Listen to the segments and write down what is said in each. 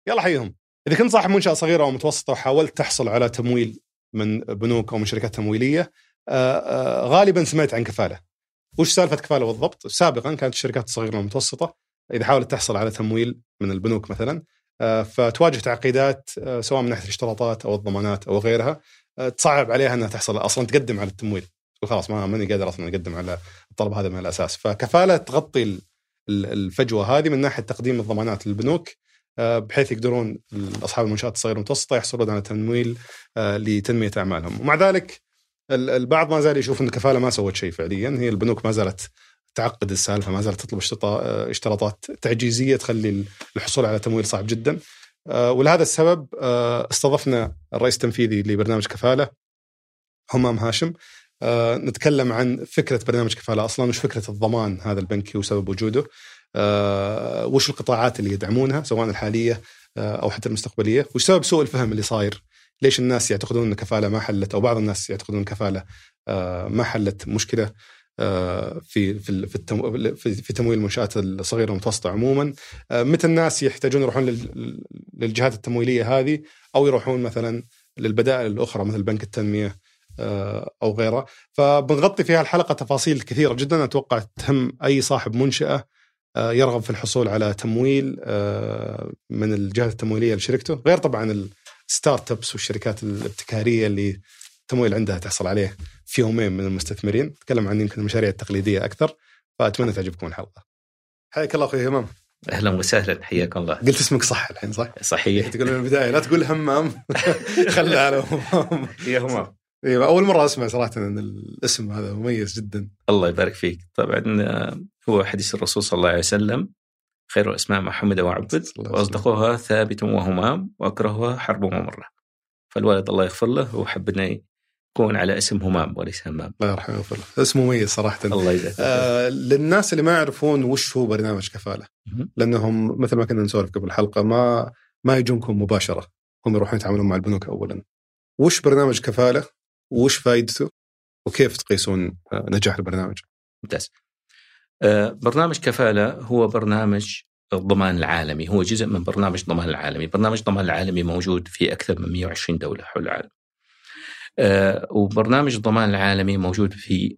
يلا حيهم. إذا كنت صاحب منشأة صغيرة أو متوسطة وحاولت تحصل على تمويل من بنوك أو من شركات تمويلية، غالبا سمعت عن كفالة. وش سالفة كفالة بالضبط؟ سابقا كانت الشركات الصغيرة والمتوسطة إذا حاولت تحصل على تمويل من البنوك مثلا، فتواجه تعقيدات سواء من ناحية الاشتراطات أو الضمانات أو غيرها، تصعب عليها أنها تحصل أصلا تقدم على التمويل، وخلاص ماني قادر أصلا أقدم على الطلب هذا من الأساس. فكفالة تغطي الفجوة هذه من ناحية تقديم الضمانات للبنوك، بحيث يقدرون أصحاب المنشآت الصغيرة والمتوسطة يحصلون على تمويل لتنمية أعمالهم. ومع ذلك البعض ما زال يشوف أن الكفالة ما سوت شيء فعليا. هي البنوك ما زالت تعقد السالفة، ما زالت تطلب اشتراطات تعجيزية تخلي الحصول على تمويل صعب جدا. ولهذا السبب استضفنا الرئيس التنفيذي لبرنامج كفالة همام هاشم، نتكلم عن فكرة برنامج كفالة أصلاً، وش فكرة الضمان هذا البنكي وسبب وجوده، وش القطاعات اللي يدعمونها سواء الحالية أو حتى المستقبلية، وش سبب سوء الفهم اللي صاير، ليش الناس يعتقدون أن كفالة ما حلت، أو بعض الناس يعتقدون أن كفالة ما حلت مشكلة في تمويل المنشآت الصغيرة والمتوسطة عموما، متى الناس يحتاجون يروحون للجهات التمويلية هذه، أو يروحون مثلا للبدائل الأخرى مثل بنك التنمية أو غيره. فبنغطي فيها الحلقة تفاصيل كثيرة جدا أتوقع تهم أي صاحب منشأة يرغب في الحصول على تمويل من الجهات التمويلية لشركته، غير طبعا الستارت ابس والشركات الابتكارية اللي التمويل عندها تحصل عليه في يومين من المستثمرين. نتكلم عن يمكن المشاريع التقليدية أكثر، فأتمنى تعجبكم الحلقة. حياك الله أخوي همام. أهلا وسهلا، حياك الله. قلت اسمك صح الحين صح؟ صحيح. تقول من البداية لا تقول همام. خلها على همام. يا همام. أول مرة أسمع صراحة أن الاسم هذا مميز جدا. الله يبارك فيك. طبعا هو حديث الرسول صلى الله عليه وسلم: خير الأسماء محمد وعبد، وأصدقها ثابت وهمام، وأكرهها حرب ومرة. فالوالد الله يغفر له وحب أن يكون على اسم همام وليس همام. الله يرحمه ويغفر له. اسمه مميز صراحة. الله يجزاك. للناس اللي ما يعرفون وش هو برنامج كفالة، لأنهم مثل ما كنا نسولف قبل الحلقة ما يجونكم مباشرة، هم يروحون يتعاملون مع البنوك أولا. وش برنامج كفالة وش فائدته وكيف تقيسون نجاح البرنامج؟ ممتاز. برنامج كفالة هو برنامج الضمان العالمي، هو جزء من برنامج الضمان العالمي. برنامج الضمان العالمي موجود في أكثر من 120 دولة حول العالم. وبرنامج الضمان العالمي موجود في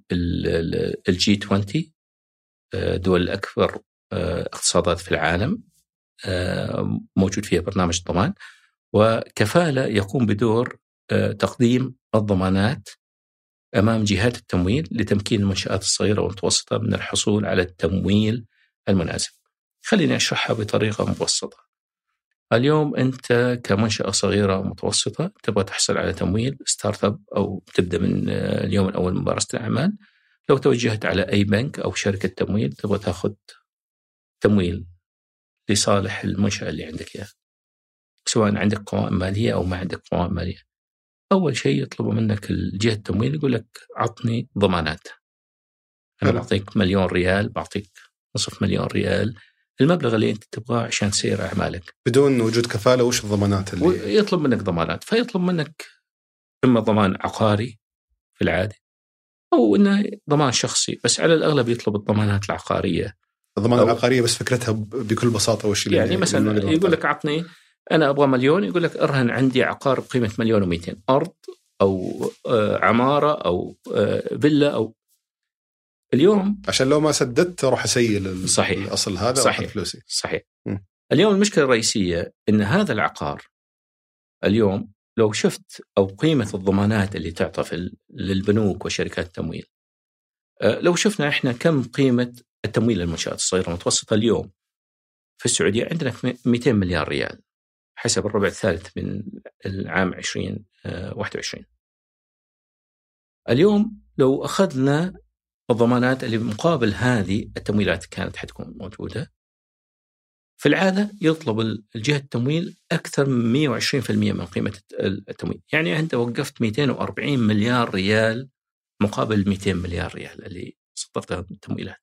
الG20 دول الأكبر اقتصادات في العالم، موجود فيها برنامج الضمان. وكفالة يقوم بدور تقديم الضمانات أمام جهات التمويل لتمكين المنشآت الصغيرة والمتوسطة من الحصول على التمويل المناسب. خليني أشرحها بطريقة مبسطة. اليوم أنت كمنشأة صغيرة ومتوسطة تبغى تحصل على تمويل ستارت اب أو تبدأ من اليوم الأول ممارسة الأعمال، لو توجهت على أي بنك أو شركة تمويل تبغى تأخذ تمويل لصالح المنشأة اللي عندك إياه، سواء عندك قوائم مالية أو ما عندك قوائم مالية، أول شيء يطلب منك الجهة التمويل يقول لك عطني ضمانات. أنا بعطيك $1,000,000، بعطيك $500,000 ريال، المبلغ اللي أنت تبغاه عشان تسير أعمالك بدون وجود كفالة. وش الضمانات اللي يطلب منك؟ ضمانات. فيطلب منك إما ضمان عقاري في العادة أو إنه ضمان شخصي، بس على الأغلب يطلب الضمانات العقارية. الضمان العقارية بس فكرتها بكل بساطة وش يعني مثلا يقول لك عطني، أنا أبغى 1,000,000، يقول لك أرهن عندي عقار بقيمة 1,200,000، أرض أو عمارة أو فيلا أو اليوم، عشان لو ما سددت أروح أسيل الأصل هذا صحيح. فلوسي. صحيح. اليوم المشكلة الرئيسية إن هذا العقار اليوم لو شفت أو قيمة الضمانات اللي تعطى للبنوك وشركات التمويل، لو شفنا إحنا كم قيمة التمويل للمنشآت الصغيرة والمتوسطة اليوم في السعودية، عندنا 200 مليار ريال حسب الربع الثالث من العام 2021. اليوم لو أخذنا الضمانات اللي مقابل هذه التمويلات كانت حتكون موجودة، في العادة يطلب الجهة التمويل أكثر من 120% من قيمة التمويل. يعني أنت وقفت 240 مليار ريال مقابل 200 مليار ريال اللي صدرتها التمويلات.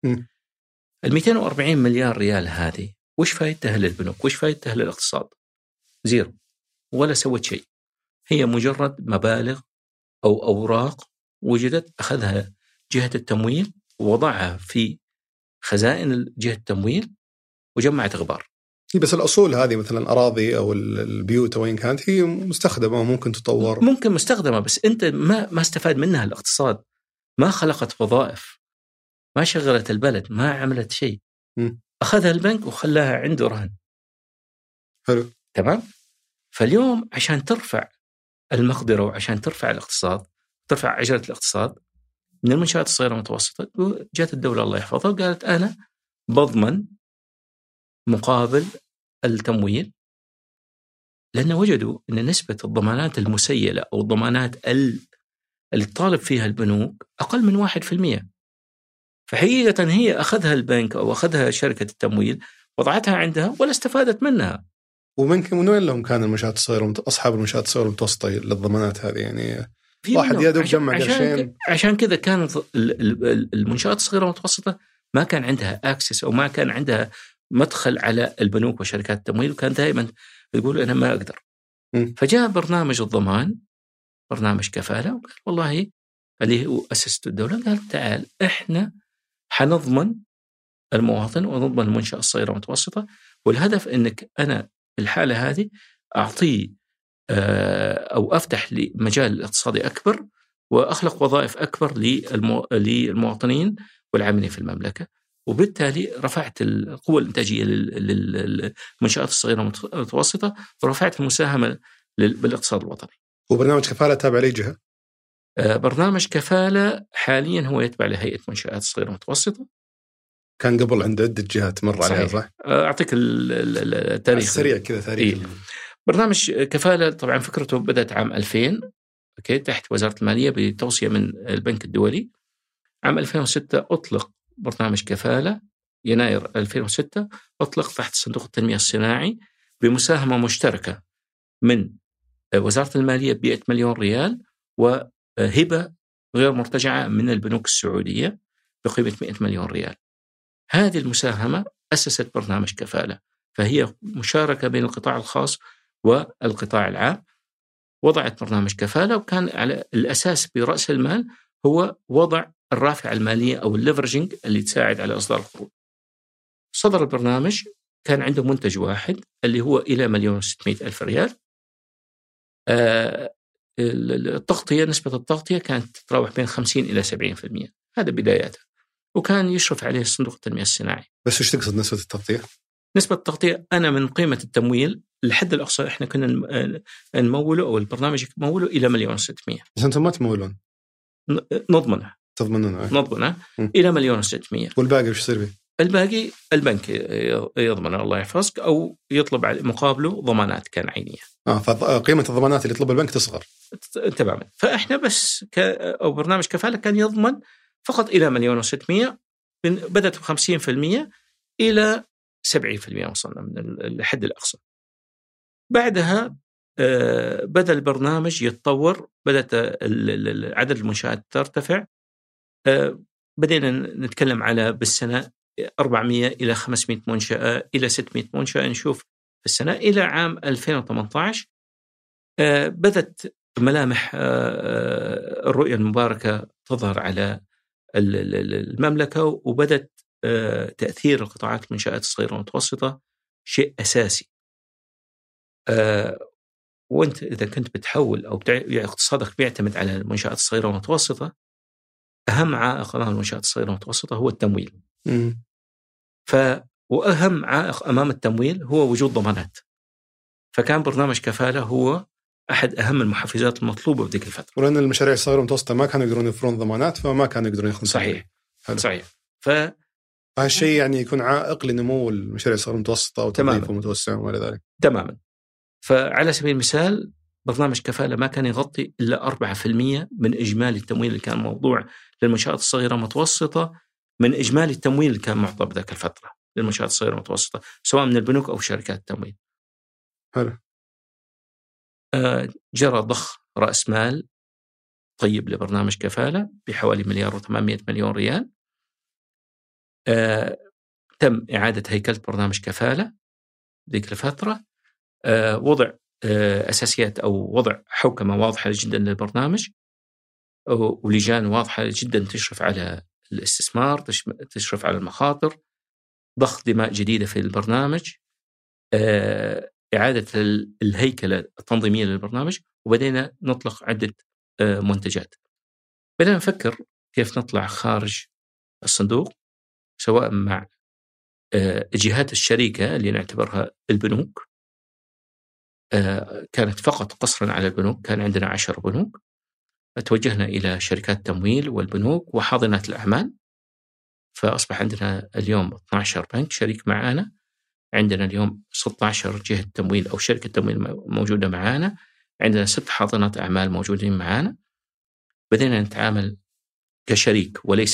240 مليار ريال هذه وش فايدتها للبنوك؟ وش فايدتها للاقتصاد؟ زيرو، ولا سوت شيء. هي مجرد مبالغ أو أوراق وجدت، أخذها جهة التمويل ووضعها في خزائن جهة التمويل وجمعت غبار. بس الأصول هذه مثلا أراضي أو البيوت وين كانت هي مستخدمة وممكن تطور. ممكن مستخدمة، بس أنت ما استفاد منها الاقتصاد، ما خلقت وظائف، ما شغلت البلد، ما عملت شيء. أخذها البنك وخلاها عنده رهن. حلو. تمام. فاليوم عشان ترفع المقدرة وعشان ترفع الاقتصاد، ترفع عجلة الاقتصاد من المنشآت الصغيرة والمتوسطة، جاءت الدولة الله يحفظها وقالت أنا بضمن مقابل التمويل، لأن وجدوا أن نسبة الضمانات المسيلة أو الضمانات اللي طالب فيها البنوك أقل من 1%. فحقيقة هي أخذها البنك أو أخذها شركة التمويل وضعتها عندها ولا استفادت منها. ومن وين لهم كان المنشآت الصغيرة أصحاب المنشآت الصغيرة المتوسطة للضمانات هذه؟ يعني واحد يدوب جمع قرشين. عشان كذا كانت المنشآت الصغيرة والمتوسطة ما كان عندها أكسس أو ما كان عندها مدخل على البنوك وشركات التمويل، وكان دائما يقول أنا ما أقدر. فجاء برنامج الضمان، برنامج كفالة، وقال والله اللي هو أسست الدولة، قال تعال إحنا حنضمن المواطن ونضمن المنشأة الصغيرة والمتوسطة، والهدف أنك أنا بالحالة هذه أعطيه أو أفتح لمجال الاقتصادي أكبر وأخلق وظائف أكبر للمواطنين والعاملين في المملكة، وبالتالي رفعت القوة الإنتاجية للمنشآت الصغيرة والمتوسطة ورفعت المساهمة بالاقتصاد الوطني. وبرنامج كفالة تابع لأي جهة؟ برنامج كفالة حاليا هو يتبع لهيئة منشآت صغيرة ومتوسطة. كان قبل عند عدة جهات مر عليها صح؟ أعطيك التاريخ السريع كذا تاريخ. برنامج كفالة طبعا فكرته بدأت عام 2000 تحت وزارة المالية بتوصية من البنك الدولي. عام 2006 أطلق برنامج كفالة، يناير 2006 أطلق تحت صندوق التنمية الصناعي بمساهمة مشتركة من وزارة المالية ب100 مليون ريال وهبة غير مرتجعة من البنوك السعودية بقيمة 100 مليون ريال. هذه المساهمة أسست برنامج كفالة، فهي مشاركة بين القطاع الخاص والقطاع العام. وضعت برنامج كفالة، وكان على الأساس برأس المال هو وضع الرافعة المالية أو الليفرجينج اللي تساعد على إصدار القروض. صدر البرنامج كان عنده منتج واحد اللي هو إلى 1,600,000 ريال. التغطية، نسبة التغطية كانت تتراوح بين 50 إلى 70%. هذا بداياته، وكان يشرف عليه صندوق التنمية الصناعي. بس وش تقصد نسبة التغطية؟ نسبة التغطية أنا من قيمة التمويل الحد الأقصى إحنا كنا نموله أو البرنامج يموله إلى 1,600,000. بس أنتم ما تمولون؟ نضمنه. تضمنونه إلى 1,600,000. والباقي وش يصير به؟ الباقي البنك يضمنه الله يحفظك، أو يطلب مقابله ضمانات كان عينية. فقيمة الضمانات اللي يطلبها البنك تصغر تماما. فإحنا بس أو برنامج كفالة كان يضمن فقط إلى 1,600,000، بدأت 50% إلى 70% وصلنا من الحد الأقصى. بعدها بدأ البرنامج يتطور، بدأت عدد المنشآت ترتفع. بدينا نتكلم على بالسنة 400 إلى 500 منشأة إلى 600 منشأة نشوف في السنة. إلى عام 2018 بدأت ملامح الرؤية المباركة تظهر على المملكة، وبدأت تأثير القطاعات المنشآت الصغيرة والمتوسطة شيء أساسي. وانت إذا كنت بتحول أو اقتصادك بيعتمد على المنشآت الصغيرة والمتوسطة، أهم عائق أمام المنشآت الصغيرة والمتوسطة هو التمويل. وأهم عائق أمام التمويل هو وجود ضمانات. فكان برنامج كفالة هو أحد أهم المحفزات المطلوبة بذيك الفترة. ولأن المشاريع الصغيرة والمتوسطة ما كانوا يقدرون يوفرون ضمانات، فما كانوا يقدرون ياخذون. صحيح. صحيح. فهالشيء يعني يكون عائق لنمو المشاريع الصغيرة والمتوسطة وتوظيف المتوسع وما إلى ذلك. تماما. فعلى سبيل المثال برنامج كفالة ما كان يغطي إلا 4% من إجمالي التمويل اللي كان موضوع للمنشآت الصغيرة والمتوسطة، من إجمالي التمويل اللي كان معطى بذاك الفترة للمنشآت الصغيرة والمتوسطة، سواء من البنوك أو شركات التمويل. حلو. جرى ضخ رأس مال طيب لبرنامج كفالة بحوالي 1,800,000,000 ريال. تم إعادة هيكلة برنامج كفالة ذيك الفترة. وضع أساسيات أو وضع حوكمة واضحة جدا للبرنامج، ولجان واضحة جدا تشرف على الاستثمار، تشرف على المخاطر، ضخ دماء جديدة في البرنامج. إعادة الهيكلة التنظيمية للبرنامج، وبدينا نطلق عدة منتجات. بدينا نفكر كيف نطلع خارج الصندوق، سواء مع الجهات الشريكة اللي نعتبرها البنوك. كانت فقط قصرا على البنوك، كان عندنا 10 بنوك. توجهنا إلى شركات التمويل والبنوك وحاضنات الأعمال، فأصبح عندنا اليوم 12 بنك شريك معنا، عندنا اليوم 16 جهة تمويل أو شركة تمويل موجودة معنا، عندنا 6 حاضنات أعمال موجودين معنا. بدينا نتعامل كشريك وليس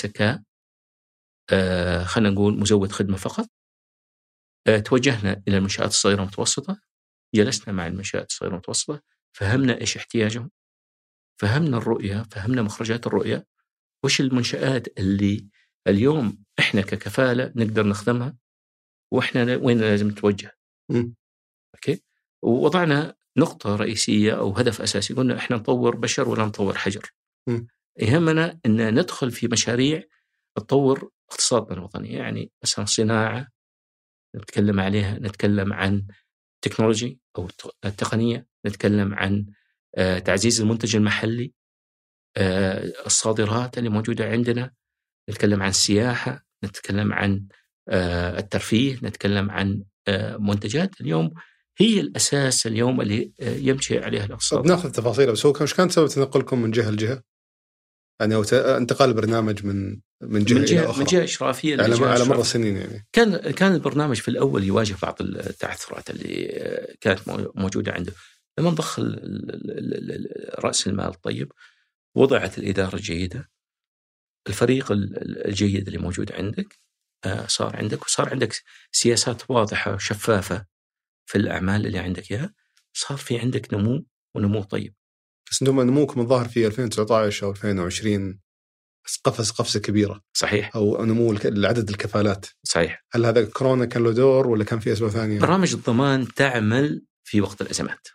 خلينا نقول مزود خدمة فقط. توجهنا إلى المنشآت الصغيرة والمتوسطة، جلسنا مع المنشآت الصغيرة والمتوسطة، فهمنا إيش احتياجهم، فهمنا الرؤية، فهمنا مخرجات الرؤية، وش المنشآت اللي اليوم إحنا ككفالة نقدر نخدمها، وإحنا وين لازم نتوجه. أوكي. ووضعنا نقطة رئيسية أو هدف أساسي، قلنا إحنا نطور بشر ولا نطور حجر. يهمنا أن ندخل في مشاريع تطور اقتصادنا الوطني، يعني مثلا صناعة نتكلم عليها، نتكلم عن تكنولوجي أو التقنية، نتكلم عن تعزيز المنتج المحلي، الصادرات اللي موجودة عندنا، نتكلم عن السياحة، نتكلم عن الترفيه، نتكلم عن منتجات اليوم هي الأساس اليوم اللي يمشي عليها الاقتصاد. بناخذ تفاصيل، بس هو وش كانت سبب تنقلكم من جهة لجهة؟ يعني أو انتقال البرنامج من جهة إلى أخرى، من جهة إشرافية على مر السنين يعني. كان البرنامج في الأول يواجه بعض التعثرات اللي كانت موجودة عنده. لما نضخ رأس المال الطيب، وضعت الإدارة الجيدة، الفريق الجيد اللي موجود عندك صار عندك، وصار عندك سياسات واضحة وشفافة في الأعمال اللي عندك إياها، صار في عندك نمو ونمو طيب. بس نموكم الظاهر في 2019 أو 2020 قفزة كبيرة. صحيح. أو نمو عدد الكفالات. صحيح. هل هذا كورونا كان له دور ولا كان في أسباب ثانية؟ برامج الضمان تعمل في وقت الأزمات.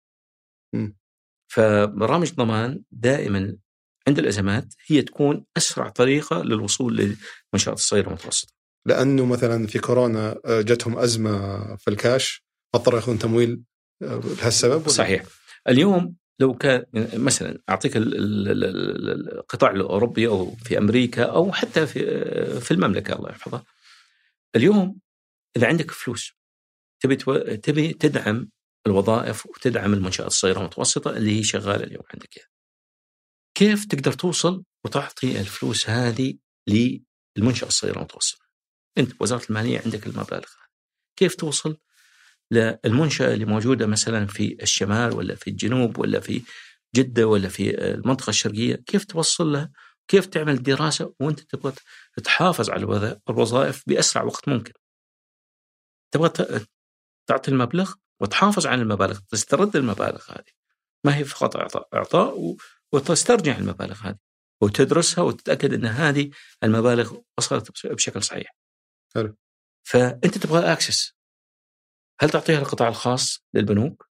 فبرامج الضمان دائما عند الأزمات هي تكون أسرع طريقة للوصول للمنشآت الصغيرة والمتوسطة. لأنه مثلا في كورونا جتهم أزمة في الكاش، فاضطروا يأخذون تمويل بهالسبب. صحيح. اليوم لو كان مثلا أعطيك القطاع الأوروبي أو في أمريكا أو حتى في المملكة الله يحفظها، اليوم إذا عندك فلوس تبي تدعم الوظائف وتدعم المنشآت الصغيرة والمتوسطة اللي هي شغالة اليوم عندك، كيف تقدر توصل وتعطي الفلوس هذه للمنشأة الصغيرة والمتوسطة؟ أنت وزارة المالية عندك المبالغ، كيف توصل للمنشأة اللي موجودة مثلا في الشمال ولا في الجنوب ولا في جدة ولا في المنطقة الشرقية؟ كيف توصل لها؟ كيف تعمل دراسة وأنت تبغى تحافظ على الوظائف بأسرع وقت ممكن؟ تبغى تعطي المبلغ وتحافظ على المبالغ، تسترد المبالغ هذه، ما هي فقط إعطاء وتسترجع المبالغ هذه وتدرسها وتتأكد أن هذه المبالغ وصلت بشكل صحيح. حلو. فأنت تبغى أكسس، هل تعطيها القطاع الخاص للبنوك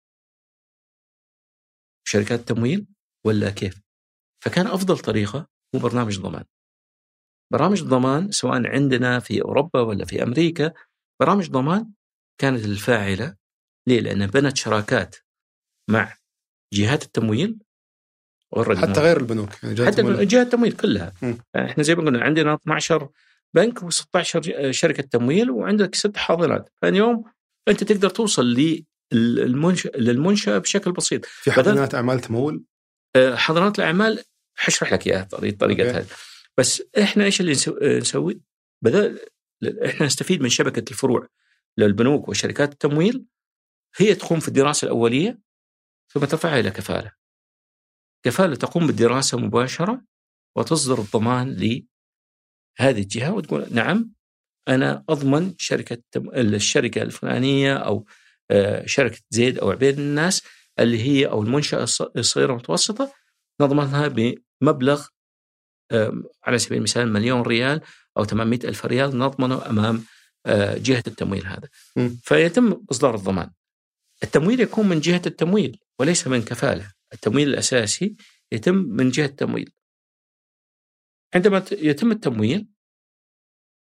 شركات التمويل ولا كيف؟ فكان أفضل طريقة هو برنامج ضمان. برامج الضمان سواء عندنا في أوروبا ولا في أمريكا، برامج ضمان كانت الفاعلة. ليه؟ لأنها بنت شراكات مع جهات التمويل حتى غير البنوك، يعني حتى جهات التمويل كلها. احنا زي ما قلنا عندنا 12 بنك و16 شركة تمويل وعندك 6 حاضنات. فاليوم انت تقدر توصل للمنشأة بشكل بسيط. في حاضنات اعمال تمول، حاضنات الاعمال حشرح لك اياها طريقتها. بس احنا ايش اللي نسوي؟ بدل احنا نستفيد من شبكة الفروع للبنوك وشركات التمويل، هي تقوم في الدراسة الأولية ثم ترفعها إلى كفالة تقوم بالدراسة مباشرة وتصدر الضمان لهذه الجهة وتقول نعم أنا أضمن الشركة الفلانية أو شركة زيد أو عبيد الناس اللي هي أو المنشأة الصغيرة والمتوسطة، نضمنها بمبلغ على سبيل المثال 1,000,000 ريال أو 800,000 ريال، نضمنه أمام جهة التمويل هذا. فيتم إصدار الضمان. التمويل يكون من جهة التمويل وليس من كفالة. التمويل الأساسي يتم من جهة التمويل. عندما يتم التمويل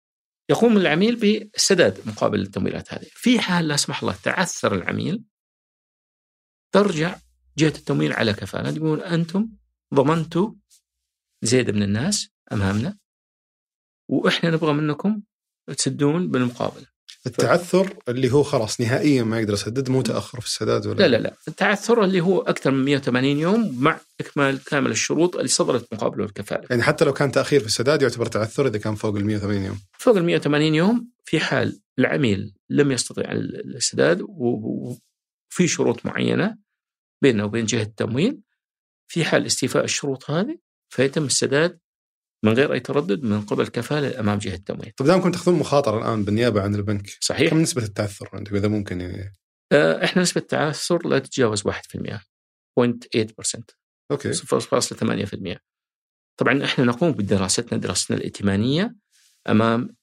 يقوم العميل بالسداد مقابل التمويلات هذه. في حال لا سمح الله تعثر العميل، ترجع جهة التمويل على كفالة، يقول أنتم ضمنتوا زيادة من الناس أمامنا وإحنا نبغى منكم تسدون بالمقابل. التعثر اللي هو خلاص نهائيا ما يقدر يسدد، مو تأخر في السداد ولا؟ لا، التعثر اللي هو أكثر من 180 يوم مع إكمال كامل الشروط اللي صدرت مقابله الكفالة. يعني حتى لو كان تأخير في السداد يعتبر تعثر إذا كان فوق 180 يوم. فوق 180 يوم في حال العميل لم يستطيع السداد وفي شروط معينة بيننا وبين جهة التمويل، في حال استيفاء الشروط هذه فيتم السداد من غير أي تردد من قبل كفالة أمام جهة التمويل. طب دامكم تأخذون مخاطرة الآن بالنيابة عن البنك، صحيح، كم نسبة التعثر عندكم إذا ممكن يعني؟ إحنا نسبة التعثر لا تتجاوز 1%، 0.8%. أوكي. 0.8%. طبعا إحنا نقوم دراستنا الائتمانية أمام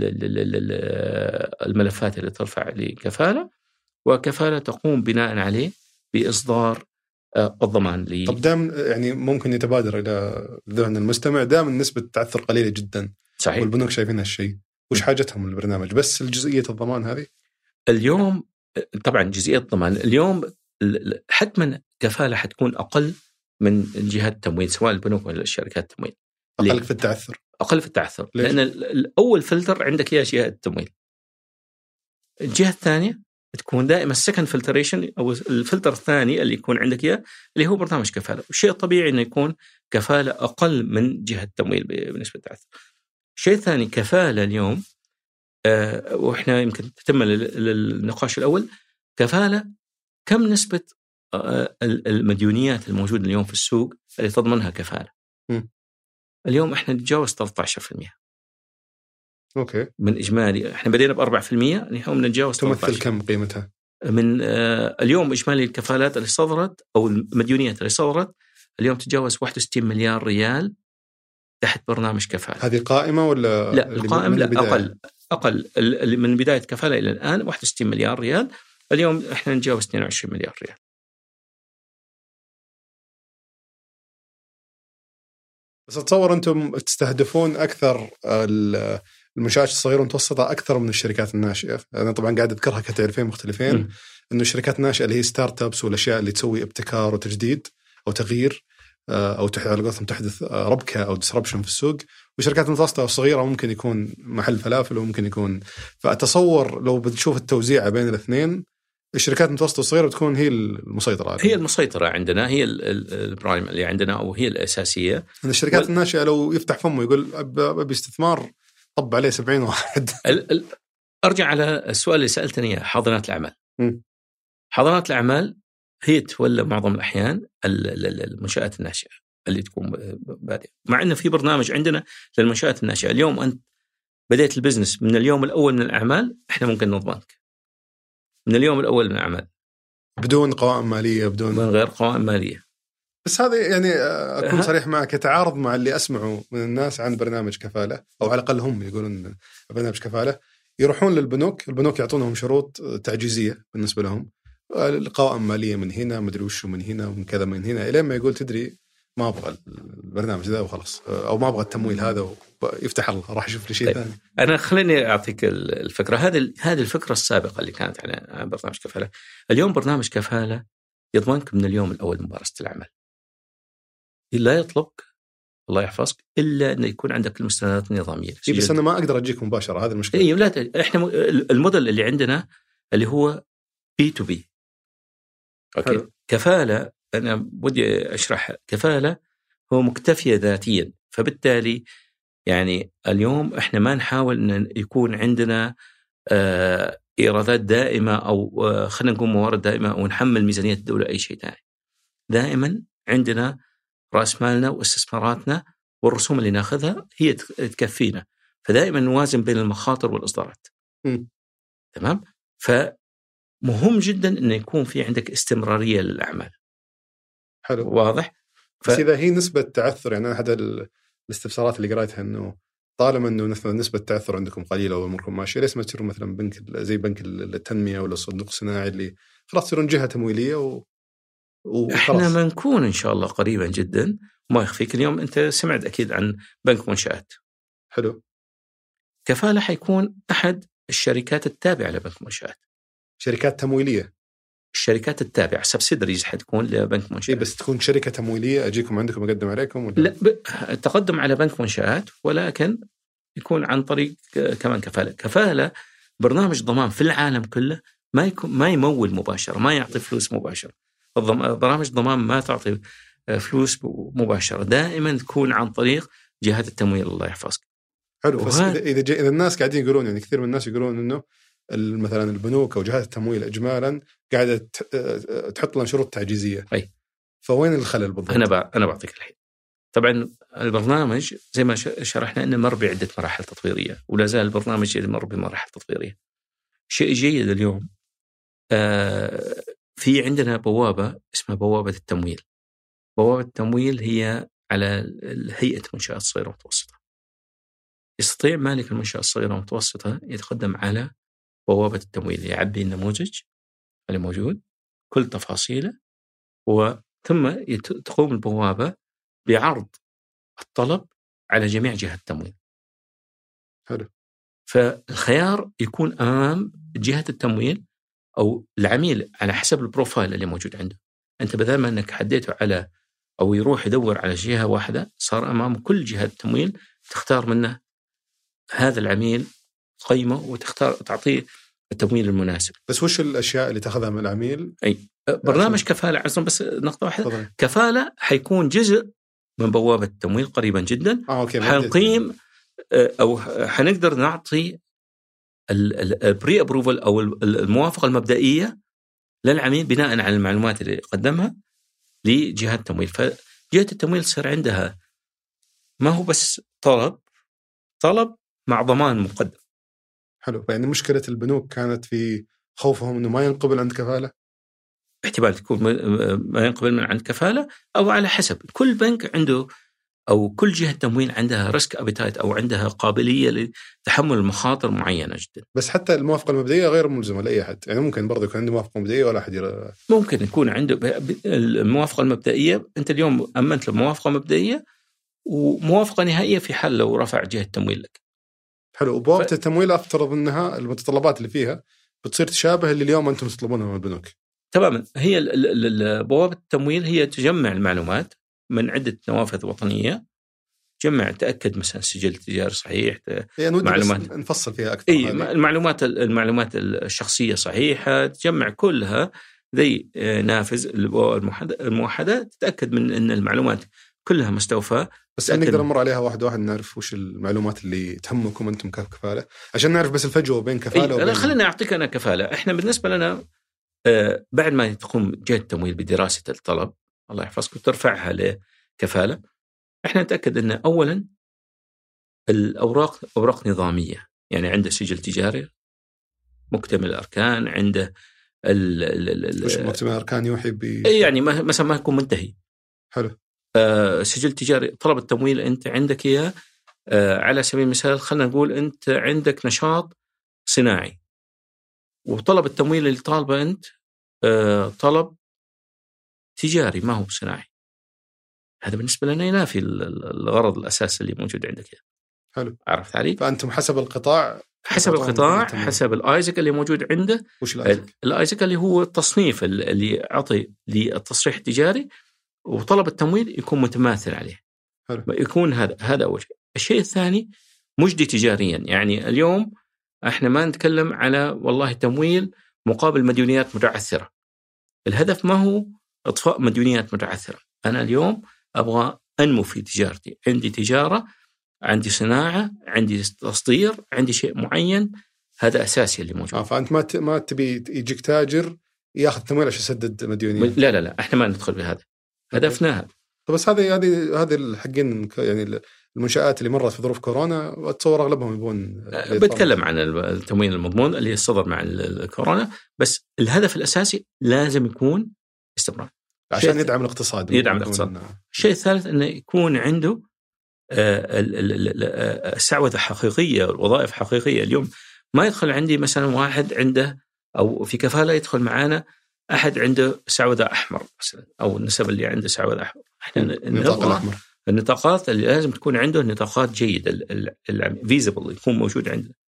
الملفات اللي ترفع لكفالة، وكفالة تقوم بناء عليه بإصدار الضمان. طب دام يعني ممكن يتبادر إلى ذهن المستمع، دام نسبة التعثر قليلة جدا، صحيح، والبنوك شايفين هالشيء، وش حاجتهم البرنامج؟ بس الجزئية الضمان هذه اليوم طبعا جزئية الضمان اليوم حتما كفالة حتكون أقل من جهات التمويل سواء البنوك ولا الشركات التمويل. أقل في التعثر. أقل في التعثر لأن الأول فلتر عندك يا جهة التمويل، الجهة الثانية تكون دائما السكند فلتريشن أو الفلتر الثاني اللي يكون عندك إياه اللي هو برنامج كفالة. الشيء الطبيعي إنه يكون كفالة أقل من جهة التمويل بالنسبة للتعثر. الشيء الثاني كفالة اليوم وإحنا يمكن تتم للنقاش الأول، كفالة كم نسبة المديونيات الموجودة اليوم في السوق اللي تضمنها كفالة؟ اليوم إحنا نتجاوز 13%. أوكي. من إجمالي إحنا بدينا ب4%، اليوم نتجاوز 13. تمثل كم قيمتها؟ من اليوم إجمالي الكفالات اللي صدرت أو المديونيات اللي صدرت اليوم تتجاوز 61 مليار ريال تحت برنامج كفالة. هذه قائمة ولا؟ لا القائم لا، أقل من بداية كفالة إلى الآن 61 مليار ريال، اليوم إحنا نتجاوز 22 مليار ريال. بس أتصور أنتم تستهدفون أكثر المنشآت الصغيرة والمتوسطة أكثر من الشركات الناشئة. أنا طبعا قاعد أذكرها كتعريفين مختلفين، إنه الشركات الناشئة اللي هي ستارت أبس والأشياء اللي تسوي ابتكار وتجديد أو تغيير أو على قولتهم تحدث ربكة أو disruption في السوق، والشركات المتوسطة والصغيرة ممكن يكون محل فلافل وممكن يكون. فأتصور لو بتشوف التوزيع بين الاثنين، الشركات المتوسطة والصغيرة بتكون هي المسيطرة عليها. هي المسيطرة عندنا، هي البرايم اللي عندنا أو هي الأساسية. الشركات الناشئة لو يفتح فمه يقول أبي استثمار طب عليه 70 واحد. أرجع على السؤال اللي سألتني إياه، حاضنات الأعمال. حاضنات الأعمال هي تولى معظم الأحيان المنشآت الناشئة اللي تكون بادئة، مع أنه في برنامج عندنا للمنشآت الناشئة. اليوم أنت بديت البزنس من اليوم الأول من الأعمال، إحنا ممكن نضمنك من اليوم الأول من الأعمال بدون قوائم مالية، بدون من غير قوائم مالية. بس هذا يعني أكون صريح معك يتعارض مع اللي أسمعه من الناس عن برنامج كفالة، أو على الأقل هم يقولون برنامج كفالة يروحون للبنوك، البنوك يعطونهم شروط تعجيزية بالنسبة لهم، القوائم مالية من هنا مدري وشو من هنا ومن كذا من هنا، إلى ما يقول تدري ما أبغى البرنامج ذا وخلاص، أو ما أبغى التمويل هذا ويفتح الله راح أشوف لي شيء ثاني. أنا خليني أعطيك الفكرة، هذه الفكرة السابقة اللي كانت عن برنامج كفالة. اليوم برنامج كفالة يضمنك من اليوم الأول ممارسة العمل، لا يطلبك الله يحفظك إلا أن يكون عندك المستندات النظامية. بس أنا ما أقدر أجيك مباشرة، هذا المشكلة. إيه لا، إحنا الموديل اللي عندنا اللي هو B2B. أوكي. حلو. كفالة أنا بدي أشرح، كفالة هو مكتفية ذاتيا، فبالتالي يعني اليوم إحنا ما نحاول أن يكون عندنا إيرادات دائمة أو خلينا نقول موارد دائمة أو نحمل ميزانية الدولة أي شيء ثاني. دائما عندنا رأس مالنا واستثماراتنا والرسوم اللي ناخذها هي تكفينا، فدائما نوازن بين المخاطر والإصدارات. تمام. فمهم جدا أن يكون في عندك استمرارية للأعمال. حلو. واضح. بس إذا هي نسبة تعثر، يعني أحد الاستفسارات اللي قرأتها إنه طالما إنه نسبة التعثر عندكم قليلة وأموركم ماشية، ليش ما تصيرون مثلا بنك زي بنك التنمية ولا الصندوق الصناعي اللي خلاص تصيرون جهة تمويلية احنا ما نكون ان شاء الله قريبا جدا. ما يخفيك اليوم انت سمعت اكيد عن بنك منشآت. حلو. كفالة حيكون أحد الشركات التابعة لبنك منشآت. شركات تمويلية. الشركات التابعة سبسيدريز حتكون لبنك منشآت. بس تكون شركة تمويلية أجيكم عندكم أقدم عليكم ولا؟ لا، تقدم على بنك منشآت، ولكن يكون عن طريق كمان كفالة برنامج ضمان في العالم كله ما يمول مباشرة، ما يعطي فلوس مباشرة. برامج ضمان ما تعطي فلوس مباشرة، دائما تكون عن طريق جهات التمويل. الله يحفظك. حلو. بس إذا الناس قاعدين يقولون، يعني كثير من الناس يقولون إنه مثلا البنوك أو جهات التمويل إجمالا قاعدة تحط لنا شروط تعجيزية. أي. فوين الخلل بالضبط؟ أنا بعطيك الحين. طبعا البرنامج زي ما شرحنا إنه مر بعدة مراحل تطويرية، ولا زال البرنامج يمر بمراحل تطويرية. شيء جيد اليوم في عندنا بوابة اسمها بوابة التمويل. بوابة التمويل هي على هيئة منشآت صغيرة ومتوسطة. يستطيع مالك المنشأة الصغيرة والمتوسطة يتقدم على بوابة التمويل، يعبي النموذج اللي موجود كل تفاصيله، وثم تقوم البوابة بعرض الطلب على جميع جهات التمويل. حلو. فالخيار يكون أمام جهة التمويل أو العميل على حسب البروفايل اللي موجود عنده. أنت بدل ما أنك حديته على أو يروح يدور على جهة واحدة، صار أمام كل جهة التمويل تختار منه هذا العميل قيمة وتختار تعطيه التمويل المناسب. بس وش الأشياء اللي تأخذها من العميل؟ أي برنامج كفالة عشان بس نقطة واحدة. طبعا. كفالة حيكون جزء من بوابة التمويل قريبا جدا. حنقيم أو حنقدر نعطي البري أبروفل أو الموافقة المبدئية للعميل بناء على المعلومات اللي قدمها لجهات التمويل. فجهة التمويل صار عندها ما هو بس طلب مع ضمان مقدم. حلو. يعني مشكلة البنوك كانت في خوفهم إنه ما ينقبل عند كفالة. احتمال تكون ما ينقبل من عند كفالة، أو على حسب كل بنك عنده أو كل جهة تمويل عندها ريسك أبيتايت أو عندها قابلية لتحمل المخاطر معينة جدا. بس حتى الموافقة المبدئية غير ملزمة لأي أحد، يعني ممكن برضه يكون عنده موافقة مبدئية ولا أحد ممكن يكون عنده الموافقة المبدئية. أنت اليوم أمنت له موافقة مبدئية وموافقة نهائية في حال لو رفع جهة التمويل لك. حلو. وبوابة التمويل أفترض أنها المتطلبات اللي فيها بتصير تشابه اللي اليوم أنتم تطلبونها من البنوك. تماما. هي بوابة التمويل هي تجمع المعلومات من عدة نوافذ وطنية، جمع تأكد مثلا سجل تجاري صحيح، يعني معلومات نفصل فيها أكثر. المعلومات الشخصية صحيحة، تجمع كلها زي نافذ الموحدة، تتأكد من أن المعلومات كلها مستوفاة. بس نقدر نمر عليها واحد نعرف وش المعلومات اللي تهمكم أنتم ككفالة عشان نعرف بس الفجوة بين كفالة وبين. خلينا أعطيك أنا كفالة. إحنا بالنسبة لنا بعد ما تقوم جهة التمويل بدراسة الطلب، الله يحفظك، وترفعها لكفالة، إحنا نتأكد أن أولا الأوراق أوراق نظامية، يعني عنده سجل تجاري مكتمل الأركان، عنده وش مكتمل الأركان يوحي يعني مثلا ما يكون منتهي. حلو. سجل تجاري. طلب التمويل أنت عندك إياه على سبيل المثال، خلنا نقول أنت عندك نشاط صناعي، وطلب التمويل اللي طالبه أنت طلب تجاري ما هو صناعي، هذا بالنسبة لنا ينافي الغرض الأساسي اللي موجود عندك. حلو. عرفت علي؟ فأنتم حسب القطاع حسب الآيزك اللي موجود عنده. وش الآيزك؟ الآيزك اللي هو التصنيف اللي يعطي للتصريح التجاري، وطلب التمويل يكون متماثل عليه. حلو. يكون هذا أول شيء. الشيء الثاني مجدي تجاريا. يعني اليوم احنا ما نتكلم على والله تمويل مقابل مديونيات متعثرة. الهدف ما هو إطفاء مديونيات متعثرة. أنا اليوم أبغى أنمو في تجارتي، عندي تجارة، عندي صناعة، عندي تصدير، عندي شيء معين، هذا أساسي اللي موجود. فأنت ما تبي يجيك تاجر ياخذ تمويل عشان يسدد مديونيات. لا احنا ما ندخل بهذا، هدفنا هذا. بس هذه الحقين يعني المنشآت اللي مرت في ظروف كورونا، واتصور اغلبهم يبون. بتكلم عن التمويل المضمون اللي صدر مع الكورونا، بس الهدف الأساسي لازم يكون استمرار عشان يدعم الاقتصاد. الشيء الثالث انه يكون عنده السعوذة حقيقية والوظائف حقيقية. اليوم ما يدخل عندي مثلا واحد عنده أو في كفالة يدخل معانا أحد عنده سعوذة أحمر مثلا، أو النسب اللي عنده سعوذة أحمر. احنا النطاقات اللي لازم تكون عنده نطاقات جيدة، فيزبل يكون موجود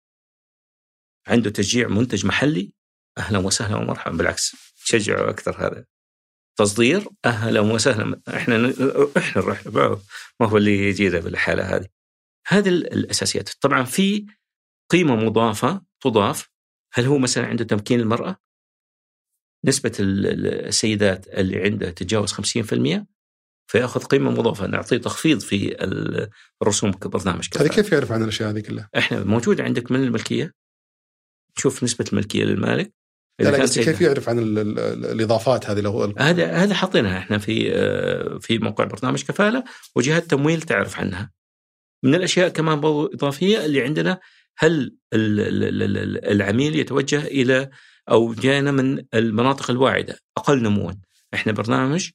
عنده تشجيع منتج محلي، أهلا وسهلا ومرحبا، بالعكس تشجعه أكثر. هذا تصدير، أهلا وسهلا، إحنا نروح معه، ما هو اللي يجينا بالحالة هذه. هذه الأساسيات. طبعا في قيمة مضافة تضاف. هل هو مثلا عنده تمكين المرأة؟ نسبة السيدات اللي عنده تتجاوز 50% فيأخذ قيمة مضافة، نعطيه تخفيض في الرسوم كبرنامج كفالة. هذه كيف يعرف عن الأشياء هذه كلها؟ إحنا موجود عندك من الملكية، شوف نسبة الملكية للمالك. لا كيف يعرف عن الإضافات هذه؟ لو هذا حاطينها إحنا في موقع برنامج كفالة، وجهات تمويل تعرف عنها. من الأشياء كمان إضافية اللي عندنا، هل العميل يتوجه إلى أو جانا من المناطق الواعدة أقل نموا؟ إحنا برنامج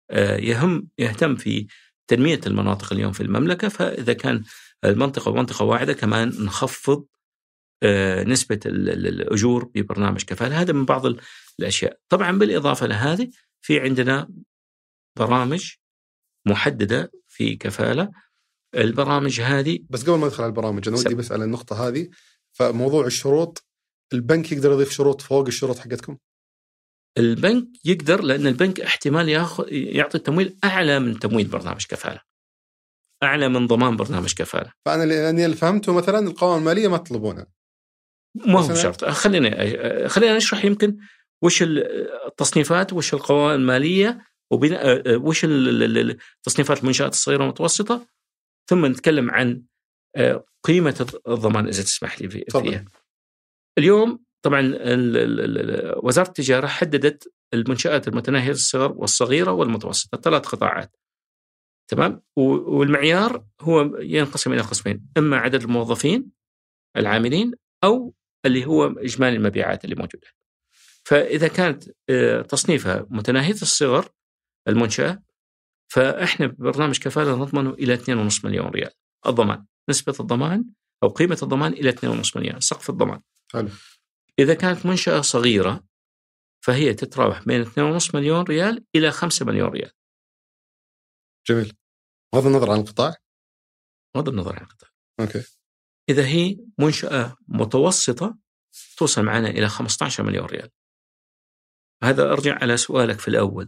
يهتم في تنمية المناطق اليوم في المملكة، فإذا كان المنطقة منطقة واعدة كمان نخفض نسبة الأجور ببرنامج كفالة. هذا من بعض الأشياء. طبعا بالإضافة لهذه في عندنا برامج محددة في كفالة. البرامج هذه بس قبل ما ندخل على البرامج أنا ودي بس على النقطة هذه. فموضوع الشروط، البنك يقدر يضيف شروط فوق الشروط حقتكم؟ البنك يقدر، لأن البنك احتمال يعطي التمويل أعلى من تمويل برنامج كفالة، أعلى من ضمان برنامج كفالة. فأنا اللي فهمته مثلا القوائم المالية ما تطلبونها، ما هو شرط. خلينا نشرح يمكن وش التصنيفات، وش القوائم المالية، وش التصنيفات المنشآت الصغيرة والمتوسطة، ثم نتكلم عن قيمة الضمان إذا تسمح لي فيها. اليوم طبعا وزارة التجارة حددت المنشآت المتناهية الصغر والصغيرة والمتوسطة 3 قطاعات، تمام؟ والمعيار هو ينقسم إلى قسمين، إما عدد الموظفين العاملين أو اللي هو إجمالي المبيعات اللي موجودة. فإذا كانت تصنيفها متناهية الصغر المنشأة، فإحنا ببرنامج كفالة نضمنه إلى 2.5 مليون ريال الضمان، نسبة الضمان أو قيمة الضمان إلى 2.5 مليون سقف الضمان. حلو. إذا كانت منشأة صغيرة فهي تتراوح بين 2.5 مليون ريال إلى 5 مليون ريال. جميل. بغض النظر عن القطاع؟ بغض النظر عن القطاع. أوكي. إذا هي منشأة متوسطة توصل معنا إلى 15 مليون ريال. هذا أرجع على سؤالك في الأول،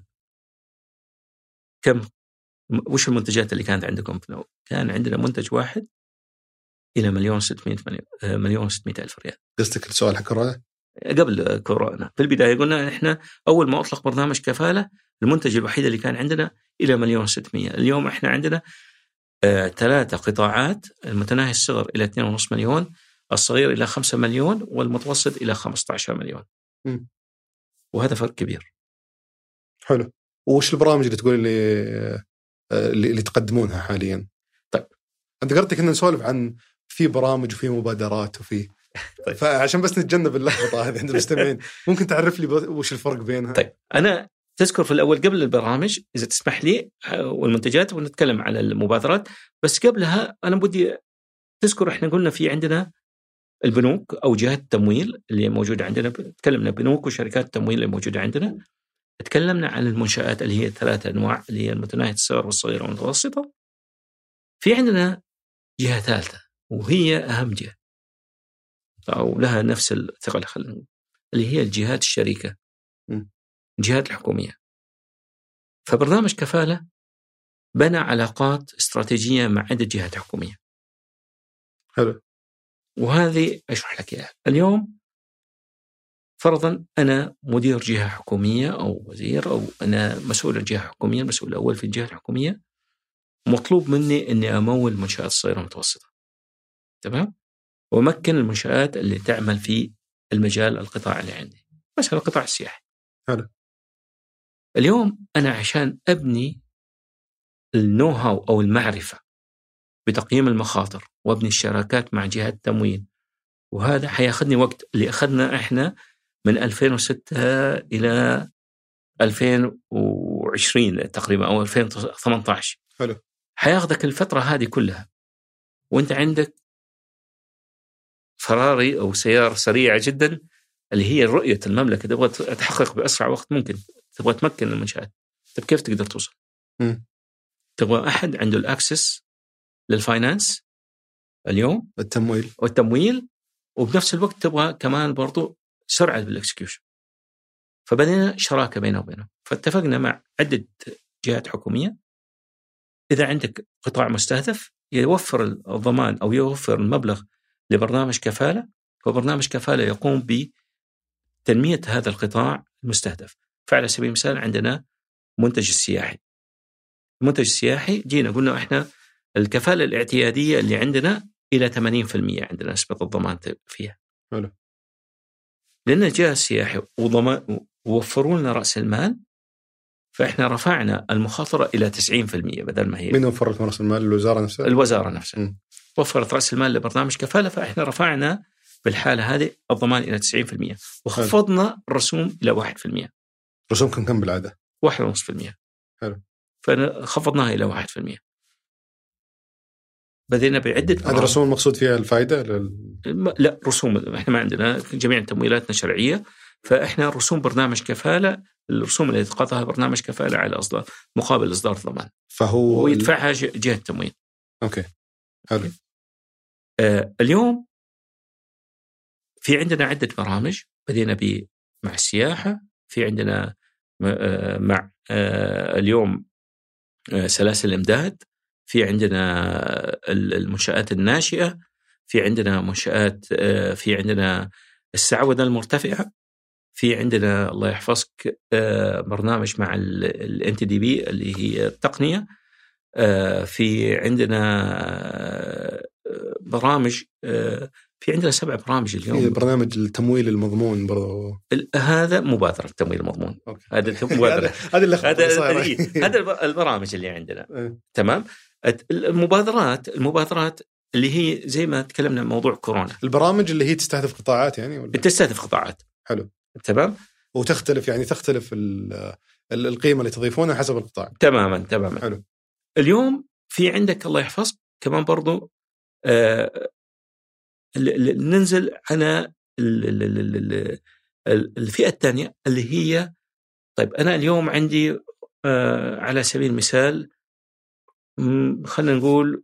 وش المنتجات اللي كانت عندكم في الأول؟ كان عندنا منتج واحد إلى 1,600,000 ريال. قصدك السؤال حق كورونا؟ قبل كورونا. في البداية قلنا إحنا أول ما أطلق برنامج كفالة المنتج الوحيد اللي كان عندنا إلى 1,600,000. اليوم إحنا عندنا 3 قطاعات، المتناهي الصغر إلى 2.5 مليون، الصغير إلى 5 مليون، والمتوسط إلى 15 مليون. وهذا فرق كبير. حلو. وش البرامج اللي تقول اللي تقدمونها حاليا؟ طيب أنت قلت إن نسولف عن في برامج وفي مبادرات وفي طيب. فعشان بس نتجنب اللخبطة هذه عند المستمعين ممكن تعرف لي وش الفرق بينها؟ طيب أنا تذكر في الأول قبل البرامج إذا تسمح لي والمنتجات، ونتكلم على المبادرات. بس قبلها أنا بدي تذكر إحنا قلنا في عندنا البنوك أو جهات التمويل اللي موجودة عندنا. تكلمنا بنوك وشركات التمويل اللي موجودة عندنا. تكلمنا عن المنشآت اللي هي 3 أنواع، اللي هي المتناهية الصغر والصغيرة والمتوسطة. في عندنا جهة ثالثة وهي أهم جهة أو لها نفس الثقل، اللي هي الجهات الشريكة، الجهات الحكومية. فبرنامج كفالة بنى علاقات استراتيجية مع عدة جهات حكومية. حلو. وهذه أشرح لك إياها. اليوم فرضا أنا مدير جهة حكومية أو وزير، أو أنا مسؤول الجهة الحكومية، المسؤول الأول في الجهة الحكومية، مطلوب مني أني أمول المنشآت الصغيرة المتوسطة، تمام؟ ومكن المنشآت اللي تعمل في المجال القطاع اللي عندي، مثلا القطاع السياحي. حلو. اليوم أنا عشان أبني النو هاو أو المعرفة بتقييم المخاطر وابني الشراكات مع جهات تمويل، وهذا حياخدني وقت. اللي أخذنا إحنا من 2006 إلى 2020 تقريبا أو 2018. حلو. حياخدك الفترة هذه كلها وانت عندك فراري أو سيارة سريعة جدا اللي هي رؤية المملكة، تبغى تحقق بأسرع وقت ممكن، تبغى تمكن المنشآت. طيب كيف تقدر توصل؟ تبغى أحد عنده الأكسس للفاينانس اليوم، والتمويل، وبنفس الوقت تبغى كمان برضو سرعة بالإكسكيوشن. فبدينا شراكة بينه وبينه، فاتفقنا مع عدة جهات حكومية إذا عندك قطاع مستهدف يوفر الضمان أو يوفر المبلغ لبرنامج كفالة، وبرنامج كفالة يقوم بتنمية هذا القطاع المستهدف. فعلى سبيل المثال عندنا منتج السياحي. المنتج السياحي جينا قلنا إحنا الكفالة الاعتيادية اللي عندنا إلى 80% عندنا نسبة الضمان فيها. حلو. لأن جاء السياحي ووفروا لنا رأس المال، فإحنا رفعنا المخاطرة إلى 90% بدل ما هي. من وفرت رأس المال؟ الوزارة نفسها؟ الوزارة نفسها وفرت رأس المال لبرنامج كفالة، فإحنا رفعنا بالحالة هذه الضمان إلى 90%، وخفضنا الرسوم إلى 1%. رسوم كم بالعادة؟ 1.5%. حلو. فخفضناها إلى 1%. بدينا بعدة. هذه الرسوم المقصود فيها الفائدة؟ لا، رسوم. إحنا ما عندنا، جميع تمويلاتنا شرعية، فإحنا رسوم برنامج كفالة، الرسوم اللي يتقاضاها برنامج كفالة على أصدار مقابل إصدار ضمان، فهو ويدفعها جهة التمويل. أوكي. حلو. اليوم في عندنا عدة برامج. بدينا مع السياحة، في عندنا مع اليوم سلاسل الإمداد، في عندنا المنشآت الناشئة، في عندنا منشآت، في عندنا السعودة المرتفعة، في عندنا الله يحفظك برنامج مع NTDB اللي هي التقنية، في عندنا برامج، في عندنا 7 برامج اليوم. في برنامج التمويل المضمون برضو، هذا مبادرة التمويل المضمون. هذا مبادرة. هذا البرامج اللي عندنا. تمام. المبادرات اللي هي زي ما تكلمنا عن موضوع كورونا، البرامج اللي هي تستهدف قطاعات يعني، ولا تستهدف قطاعات. حلو. تمام. وتختلف يعني تختلف القيمة اللي تضيفونها حسب القطاع. تماما. حلو. اليوم في عندك الله يحفظك كمان برضو ننزل على الفئة الثانية اللي هي، طيب أنا اليوم عندي على سبيل المثال خلينا نقول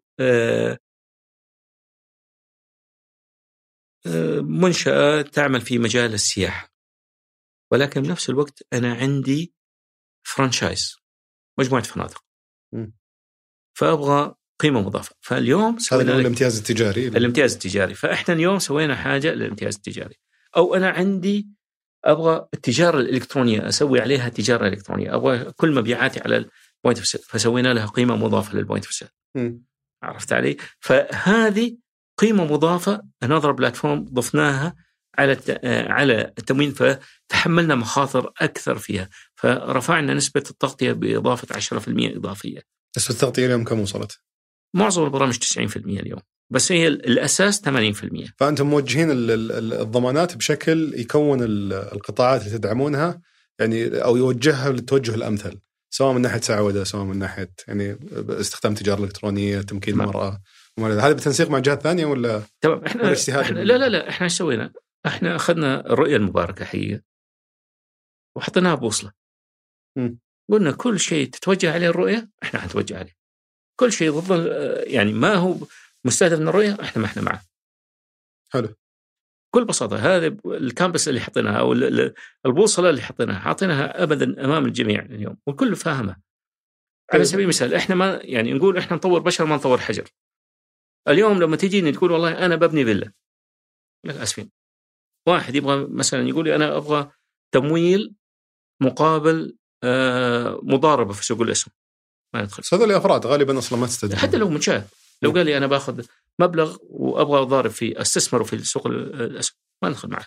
منشأة تعمل في مجال السياحة، ولكن بنفس الوقت أنا عندي فرانشايز، مجموعة فنادق، فأبغى قيمة مضافة. فاليوم هذا الامتياز التجاري. فإحنا اليوم سوينا حاجة للامتياز التجاري. أو أنا عندي أبغى التجارة الإلكترونية، أسوي عليها تجارة إلكترونية، أبغى كل مبيعاتي على البوينت اوف سيل، فسوينا لها قيمة مضافة للبوينت اوف سيل. عرفت علي؟ فهذه قيمة مضافة another بلاتفورم ضفناها على التموين، فتحملنا مخاطر أكثر فيها، فرفعنا نسبة التغطية بإضافة 10% إضافية. نسبة التغطية اليوم كم وصلت؟ معظم البرامج 90% اليوم، بس هي الأساس 80%. فأنتم موجهين الضمانات بشكل يكون القطاعات اللي تدعمونها يعني، أو يوجهها للتوجه الأمثل، سواء من ناحية سعودة، سواء من ناحية يعني استخدام تجارة إلكترونية، تمكين المرأة. هذا بتنسيق مع جهات ثانية ولا؟ تمام. إحنا لا إحنا ايش سوينا؟ إحنا أخذنا الرؤية المباركة حقيقة وحطيناها بوصلة. قلنا كل شيء تتوجه عليه الرؤية إحنا حنتوجه عليه، كل شيء ضد يعني ما هو مستهدف من الرؤية إحنا ما إحنا معه. حلو. كل بساطة هذا الكامبس اللي حطيناها أو البوصلة اللي حطيناها أبدا أمام الجميع اليوم والكل فاهمه. على سبيل المثال إحنا ما يعني نقول إحنا نطور بشر ما نطور حجر. اليوم لما تجيني تقول والله أنا ببني فيلا، لك أسفين، واحد يبغى مثلا يقول لي أنا أبغى تمويل مقابل مضاربة في سوق الأسهم، ما ندخل. هذول الأفراد غالبا أصلا ما تستدعي. حتى لو منشأة، لو قال لي أنا باخذ مبلغ وأبغى أضارب فيه، أستثمره في سوق الأسهم، ما ندخل معه.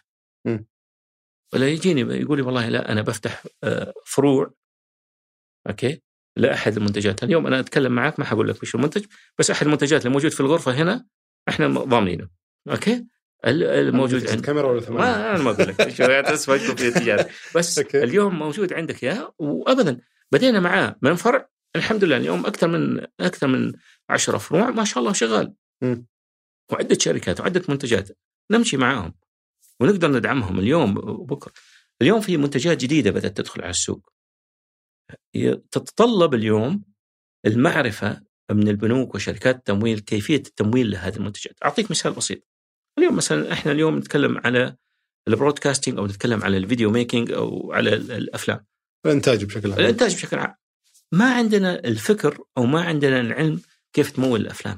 ولا يجيني يقول لي والله لا أنا بفتح فروع أوكي لأحد المنتجات. اليوم أنا أتكلم معك ما حقول لك وش المنتج، بس أحد المنتجات اللي موجود في الغرفة هنا إحنا ضامنينه. أوكي الموجود عند الكاميرا ولا ثمانية؟ ما أنا ما أقول لك شو تسويكم في التجارة، بس اليوم موجود عندك يا وأبدا. بدينا معاه من فرع، الحمد لله اليوم أكثر من 10 فروع ما شاء الله شغال، وعدة شركات وعدة منتجات نمشي معاهم ونقدر ندعمهم اليوم وبكرة. اليوم في منتجات جديدة بدأت تدخل على السوق، تتطلب اليوم المعرفة من البنوك وشركات التمويل كيفية التمويل لهذه المنتجات. أعطيك مثال بسيط. اليوم مثلا إحنا اليوم نتكلم على البرودكاستينج أو نتكلم على الفيديو ميكينج أو على الأفلام، الإنتاج بشكل عام. ما عندنا الفكر أو ما عندنا العلم كيف تمول الأفلام.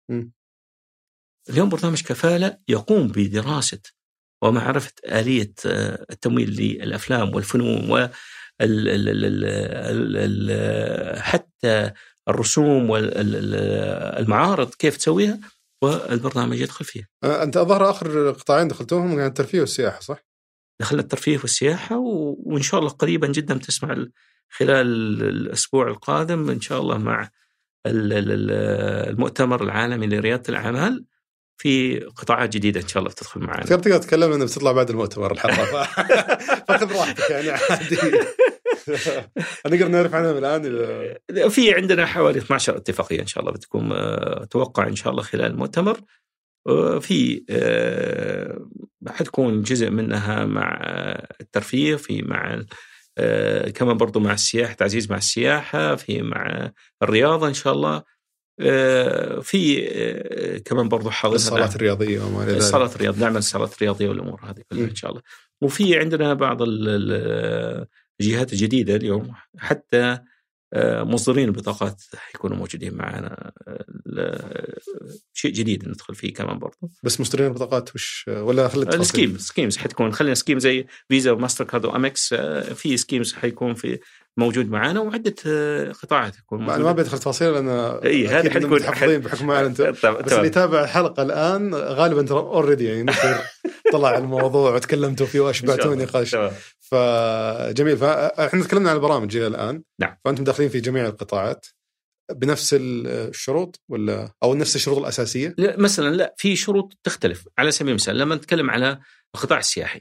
اليوم برنامج كفالة يقوم بدراسة ومعرفة آلية التمويل للأفلام والفنون حتى الرسوم والمعارض كيف تسويها، والبرنامج يدخل فيه. أنت أظهر آخر قطاعين دخلتهم كان الترفيه والسياحة، صح؟ دخلنا الترفيه والسياحة، وإن شاء الله قريبا جدا تسمع خلال الأسبوع القادم إن شاء الله مع المؤتمر العالمي لريادة الأعمال في قطاعات جديدة إن شاء الله بتدخل معنا. تقدر تتكلم لأنه بتطلع بعد المؤتمر الحلقة فاخذ راحتك يعني عادي. نقدر نعرف عنها الآن. في عندنا حوالي 12 اتفاقية إن شاء الله بتكون توقع إن شاء الله خلال المؤتمر. في حتكون جزء منها مع الترفيه، في مع كمان برضو مع السياحة، تعزيز مع السياحة، في مع الرياضة إن شاء الله، في كمان برضو حاضر الصالات الرياضية وما إلى ذلك. الصالات الرياضية، نعمل الصالات الرياضية والأمور هذه كلها إن شاء الله. وفي عندنا بعض الجهات الجديدة اليوم حتى مصدرين البطاقات حيكونوا موجودين معنا، شيء جديد ندخل فيه كمان برضو. بس مصدرين البطاقات ولا خلت السكيمز حتكون، خلينا سكيم زي فيزا وماستر كارد وأمكس، في سكيمز حيكون في موجود معنا، وعدة قطاعات يكون موجود. أنا ما بدخل تفاصيل، أنا هذا حتكون حافظين بحكم ما أنت بس اللي يتابع الحلقة الآن غالبا ترى أوريدي يعني نصير طلع الموضوع وتكلمتوا فيه وأشبعتوني نقاش. فجميل. فإحنا تكلمنا عن البرامج إلى الآن. نعم. فأنتم داخلين في جميع القطاعات بنفس الشروط ولا أو نفس الشروط الأساسية؟ لا مثلا لا، في شروط تختلف. على سبيل المثال لما نتكلم على القطاع السياحي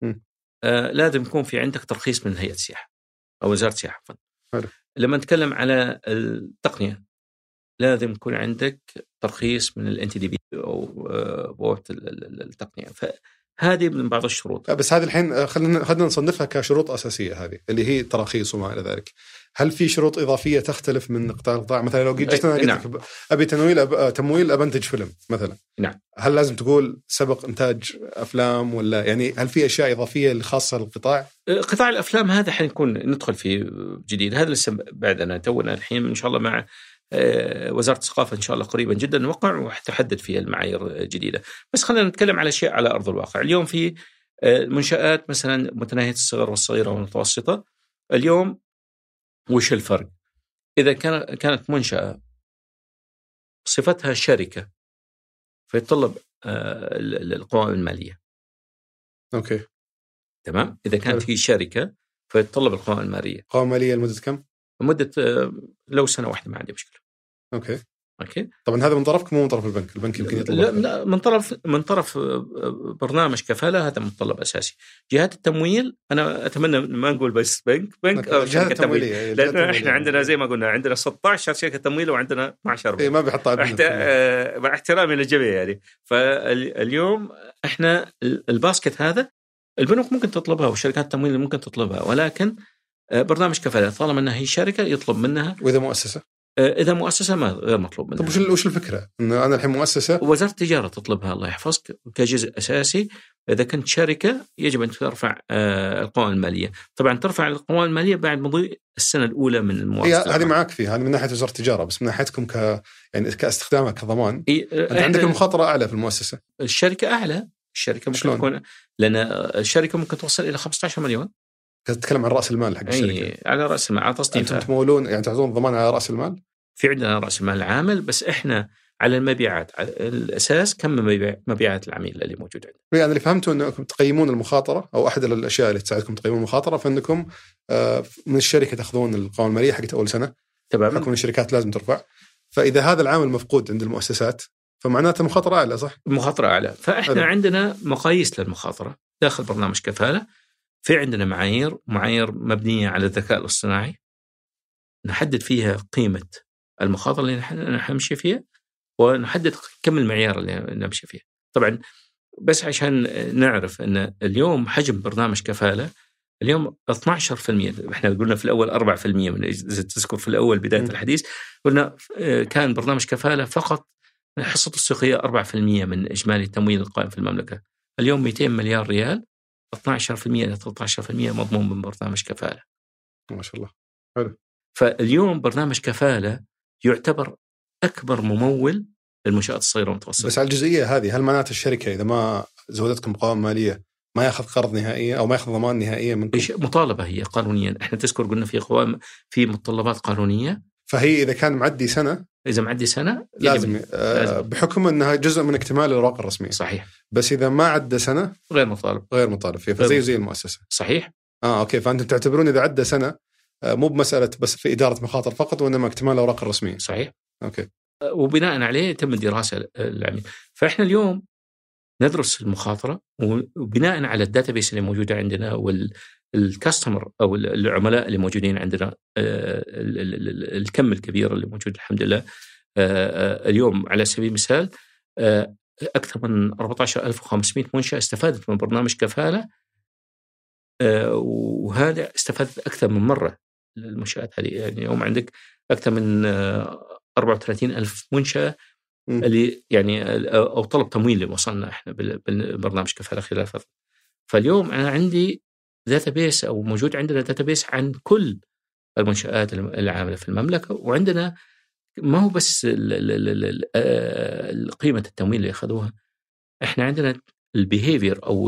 لازم يكون في عندك ترخيص من هيئة السياحة أو وزارة السياحة. لما نتكلم على التقنية لازم يكون عندك ترخيص من الNTDB أو بوابة التقنية. فهذه من بعض الشروط. بس هذه الحين خلينا نصنفها كشروط أساسية، هذه اللي هي تراخيص وما إلى ذلك. هل في شروط إضافية تختلف من قطاع لقطاع؟ مثلا لو جيت أنا نعم. أبي تمويل أبنتج فيلم مثلا، نعم. هل لازم تقول سبق إنتاج أفلام ولا يعني هل في أشياء إضافية اللي خاصة للقطاع؟ قطاع الأفلام هذا حنكون ندخل فيه جديد، هذا لسه بعدنا تونا الحين إن شاء الله مع وزارة الثقافة إن شاء الله قريبا جدا نوقع وحتحدد فيها المعايير الجديدة. بس خلينا نتكلم على شيء على أرض الواقع. اليوم في منشآت مثلا متناهية الصغر والصغيرة والمتوسطة، اليوم وش الفرق؟ إذا كانت منشأة صفتها شركة فيتطلب القوائم المالية. أوكي. تمام. إذا كانت هي شركة فيتطلب القوائم المالية. قوائم مالية لمدة كم؟ مدة لو سنة واحدة ما عندي مشكلة. أوكي. أوكي. طبعا هذا من طرفكم مو من طرف البنك يمكن يطلب. لا من طرف برنامج كفالة، هذا متطلب أساسي. جهات التمويل أنا أتمنى ما نقول بس بنك أو شركة تمويل، لأن إحنا عندنا زي ما قلنا عندنا 16 شركة تمويل وعندنا 12 ما بيحطها مع احترامي للجميع يعني. فاليوم إحنا الباسكت هذا البنوك ممكن تطلبها والشركات التمويل ممكن تطلبها، ولكن برنامج كفالة طالما أنها هي شركة يطلب منها. وإذا مؤسسة؟ إذا مؤسسة ما غير مطلوب منها. طب وش الفكرة؟ إنه أنا الحين مؤسسة. وزارة التجارة تطلبها الله يحفظك كجزء أساسي. إذا كنت شركة يجب أن ترفع القوائم المالية. طبعا ترفع القوائم المالية بعد مضي السنة الأولى من المؤسسة. هذه معك فيها، هذه من ناحية وزارة التجارة، بس من ناحيتكم يعني كاستخدامك كضمان أنت عندك المخاطرة أعلى في المؤسسة. الشركة أعلى. الشركة ممكن تكون، لأن الشركة ممكن توصل إلى 15 مليون. تتكلم عن رأس المال حق الشركة. على رأس المال، على تصنيفها. أنتم تمولون يعني تعطون ضمان على رأس المال؟ في عندنا رأس المال العامل، بس إحنا على المبيعات، على الأساس كم مبيعات العميل اللي موجود عندنا. يعني اللي فهمته أنكم تقيمون المخاطرة، أو أحد الأشياء اللي تساعدكم تقيمون المخاطرة فإنكم من الشركة تأخذون القوائم المالية حقت أول سنة. تمام. حكم الشركات لازم ترفع، فإذا هذا العامل مفقود عند المؤسسات فمعناته مخاطرة أعلى، صح؟ مخاطرة أعلى. فإحنا عندنا مقاييس للمخاطرة داخل برنامج كفالة. في عندنا معايير مبنية على الذكاء الاصطناعي نحدد فيها قيمة المخاطرة اللي نحن نمشي فيها، ونحدد كم المعيار اللي نمشي فيه. طبعا بس عشان نعرف أن اليوم حجم برنامج كفالة اليوم 12%. احنا قلنا في الأول 4%، من إذا تذكر في الأول بداية الحديث قلنا كان برنامج كفالة فقط حصته السوقية 4% من إجمالي التمويل القائم في المملكة. اليوم 200 مليار ريال، 12% إلى 13% مضمون من برنامج كفالة. ما شاء الله. حلو. فاليوم برنامج كفالة يعتبر أكبر ممول للمنشآت الصغيرة والمتوسطة. بس على الجزئية هذه، هل معناته الشركة إذا ما زودتكم قوائم مالية ما ياخذ قرض نهائيا أو ما ياخذ ضمان نهائيا منكم؟ مطالبة هي قانونيا. احنا تذكر قلنا في قوائم، في متطلبات قانونية. فهي إذا كان معدي سنة، إذا معدي سنة لازم بحكم أنها جزء من اكتمال الأوراق الرسمية. صحيح. بس إذا ما عدى سنة غير مطالب فيه، فزي المؤسسة. صحيح. أوكي. فأنتم تعتبرون إذا عدى سنة مو بمسألة بس في إدارة مخاطر فقط، وإنما اكتمال الأوراق الرسمية. صحيح. أوكي. وبناء عليه تم دراسة العميل. فإحنا اليوم ندرس المخاطرة، وبناء على الداتابيس اللي موجودة عندنا والكاستمر أو العملاء اللي موجودين عندنا، الكم الكبير اللي موجود الحمد لله. اليوم على سبيل المثال أكثر من 14,500 منشأة استفادت من برنامج كفالة، وهذا استفادت أكثر من مرة المنشآت هذه. يعني اليوم عندك أكثر من 34,000 منشأة اللي يعني أو طلب تمويل اللي وصلنا إحنا بالبرنامج كفالة خلال فترة. فاليوم أنا عندي داتابيس، أو موجود عندنا داتابيس عن كل المنشآت العاملة في المملكة، وعندنا ما هو بس قيمة التمويل اللي أخذوها، إحنا عندنا البيهيفير أو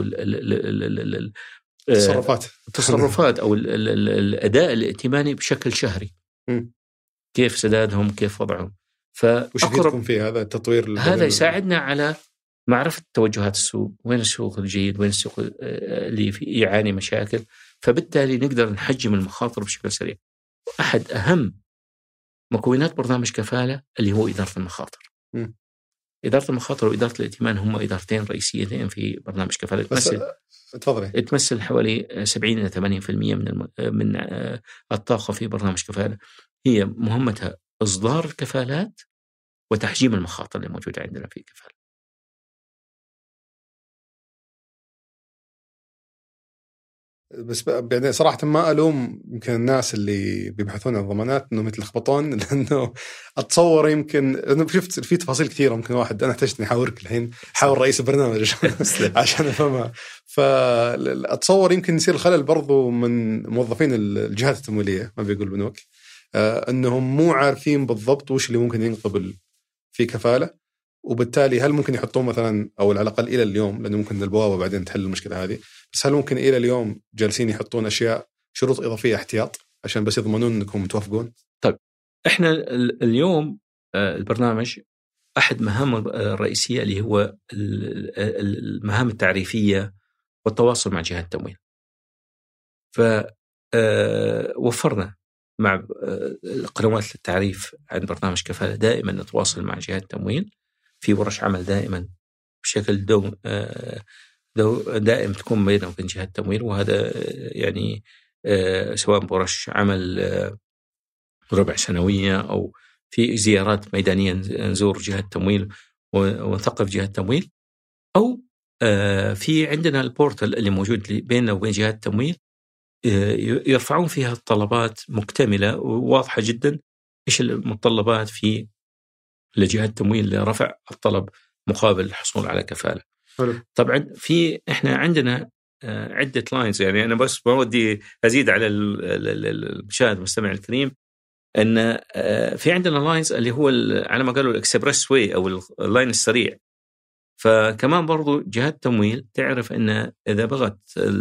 التصرفات أو الأداء الائتماني بشكل شهري. كيف سدادهم، كيف وضعهم. وش يفيدكم في هذا التطوير؟ هذا يساعدنا على معرفة توجهات السوق، وين السوق الجيد، وين السوق اللي يعاني مشاكل، فبالتالي نقدر نحجم المخاطر بشكل سريع. أحد أهم مكونات برنامج كفالة اللي هو إدارة المخاطر. إدارة المخاطر وإدارة الائتمان هم إدارتين رئيسيتين في برنامج كفالة. تمثل حوالي 70 إلى 80% من الطاقة في برنامج كفالة. هي مهمتها إصدار الكفالات وتحجيم المخاطر اللي موجودة عندنا في كفالة. بس يعني صراحة ما ألوم يمكن الناس اللي بيبحثون عن الضمانات إنهم يتلخبطون، لأنه أتصور يمكن أنا شفت في تفاصيل كثيرة. ممكن واحد أنا احتجتني أحاورك الحين، حاور رئيس البرنامج عشان أفهمها. فأتصور يمكن يصير الخلل برضو من موظفين الجهات التمويلية، ما بيقول بنوك، أنهم مو عارفين بالضبط وش اللي ممكن ينقبل في كفالة. وبالتالي هل ممكن يحطون مثلا، أو على الأقل إلى اليوم، لأنه ممكن البوابة بعدين تحل المشكلة هذه، بس هل ممكن إلى اليوم جالسين يحطون أشياء، شروط إضافية احتياط، عشان بس يضمنون أنكم توافقون؟ طيب إحنا اليوم البرنامج أحد مهام الرئيسية اللي هو المهام التعريفية والتواصل مع جهات التمويل. فوفرنا مع قنوات التعريف عن برنامج كفالة دائما نتواصل مع جهات التمويل في ورش عمل دائما بشكل دائم تكون بيننا وبين جهات التمويل. وهذا يعني سواء بورش عمل ربع سنوية أو في زيارات ميدانية نزور جهات التمويل ونثقف جهات التمويل، أو في عندنا البورتال اللي موجود بيننا وبين جهات التمويل يرفعون فيها الطلبات مكتملة وواضحة جدا إيش المتطلبات في لجهات التمويل لرفع الطلب مقابل الحصول على كفالة. طبعا إحنا عندنا عدة لاينز. يعني أنا بس ما ودي أزيد على المشاهد المستمع الكريم أن في عندنا لاينز اللي هو على ما قالوا الإكسبرس واي أو اللاين السريع. فكمان برضو جهات التمويل تعرف أن إذا بغت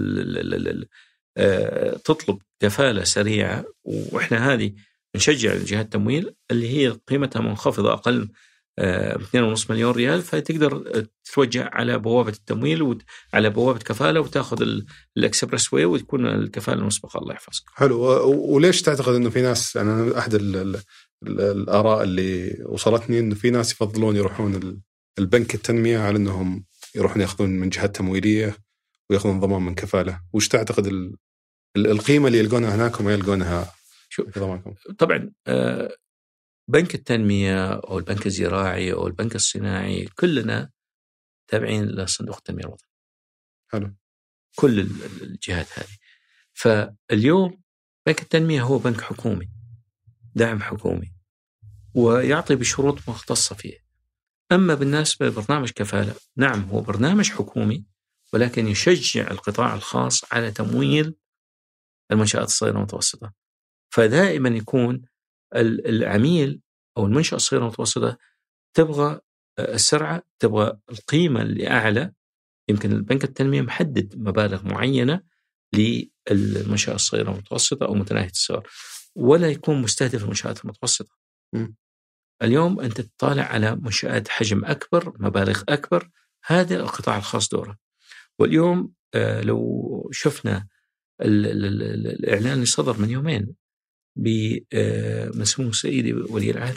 تطلب كفالة سريعة، وإحنا هذه نشجع جهات التمويل اللي هي قيمتها منخفضة أقل 2.5 مليون ريال، فتقدر تتوجه على بوابة التمويل وعلى بوابة كفالة وتأخذ الإكسبرس واي وتكون الكفالة المسبقة. الله يحفظك. حلو. وليش تعتقد إنه في ناس، يعني أنا أحد الآراء اللي وصلتني إنه في ناس يفضلون يروحون البنك التنمية على إنهم يروحون يأخذون من جهات تمويلية ويأخذون ضمان من كفالة؟ وش تعتقد القيمة اللي يلقونها هناك وما يلقونها في ضمانكم؟ طبعا بنك التنمية أو البنك الزراعي أو البنك الصناعي كلنا تابعين لصندوق التنمية الوطني. حلو. كل الجهات هذه. فاليوم بنك التنمية هو بنك حكومي، دعم حكومي، ويعطي بشروط مختصة فيه. أما بالنسبة لبرنامج كفالة، نعم هو برنامج حكومي، ولكن يشجع القطاع الخاص على تمويل المنشآت الصغيرة والمتوسطة. فدائما يكون العميل أو المنشأة الصغيرة والمتوسطة تبغى السرعة، تبغى القيمة اللي أعلى. يمكن البنك التنمية محدد مبالغ معينة للمنشأة الصغيرة والمتوسطة أو متناهية الصغر، ولا يكون مستهدف المنشآت المتوسطة. اليوم أنت تطالع على منشآت حجم أكبر، مبالغ أكبر، هذا القطاع الخاص دوره. واليوم لو شفنا الإعلان اللي صدر من يومين من سمو سيدي ولي العهد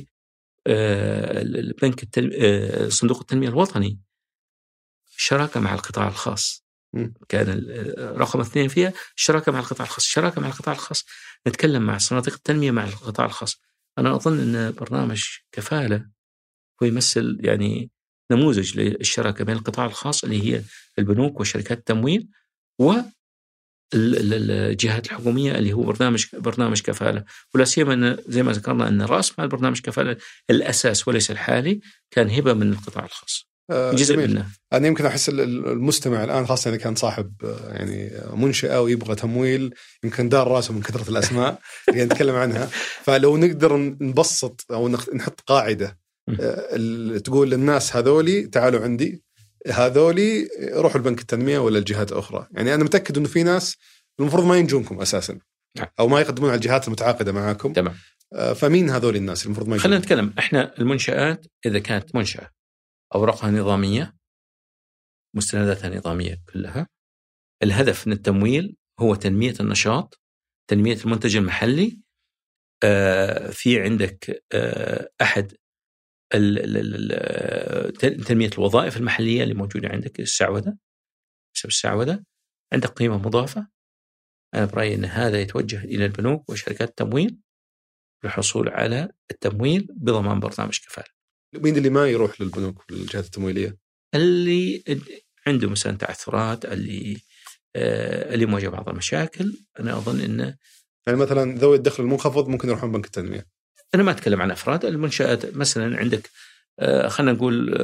بالبنك صندوق التنمية الوطني شراكة مع القطاع الخاص، كان رقم 2 فيها شراكة مع القطاع الخاص. شراكة مع القطاع الخاص، نتكلم مع صناديق التنمية مع القطاع الخاص. أنا أظن أن برنامج كفالة هو يمثل يعني نموذج للشراكة بين القطاع الخاص اللي هي البنوك وشركات التمويل والجهات الحكومية اللي هو برنامج كفالة. ولا سيما أن زي ما ذكرنا أن رأس مال برنامج كفالة الأساس وليس الحالي كان هبة من القطاع الخاص. جزء منه. أنا يمكن أحس المستمع الآن خاصة إذا كان صاحب يعني منشأة ويبغى تمويل يمكن دار راسه من كثرة الأسماء اللي نتكلم عنها. فلو نقدر نبسط أو نحط قاعدة تقول للناس هذولي تعالوا عندي، هذولي روحوا البنك التنمية ولا الجهات الأخرى. يعني أنا متأكد إنه في ناس المفروض ما ينجونكم أساسا أو ما يقدمون على الجهات المتعاقدة معاكم. تمام. فمين هذولي الناس المفروض ما ينجونكم؟ خلينا نتكلم إحنا المنشآت إذا كانت منشأة أوراقها نظامية، مستنداتها نظامية كلها، الهدف من التمويل هو تنمية النشاط، تنمية المنتج المحلي. في عندك أحد تنمية الوظائف المحلية اللي موجودة عندك، السعودة، بسبب السعودة عندك قيمة مضافة. أنا برأيي أن هذا يتوجه إلى البنوك وشركات التمويل للحصول على التمويل بضمان برنامج كفالة. مين اللي ما يروح للبنوك والجهات التمويلية؟ اللي عنده مثلا تعثرات، اللي مواجه بعض المشاكل. أنا أظن أنه يعني مثلا ذوي الدخل المنخفض ممكن يروحون بنك التنمية. أنا ما أتكلم عن أفراد المنشآت. مثلا عندك خلنا نقول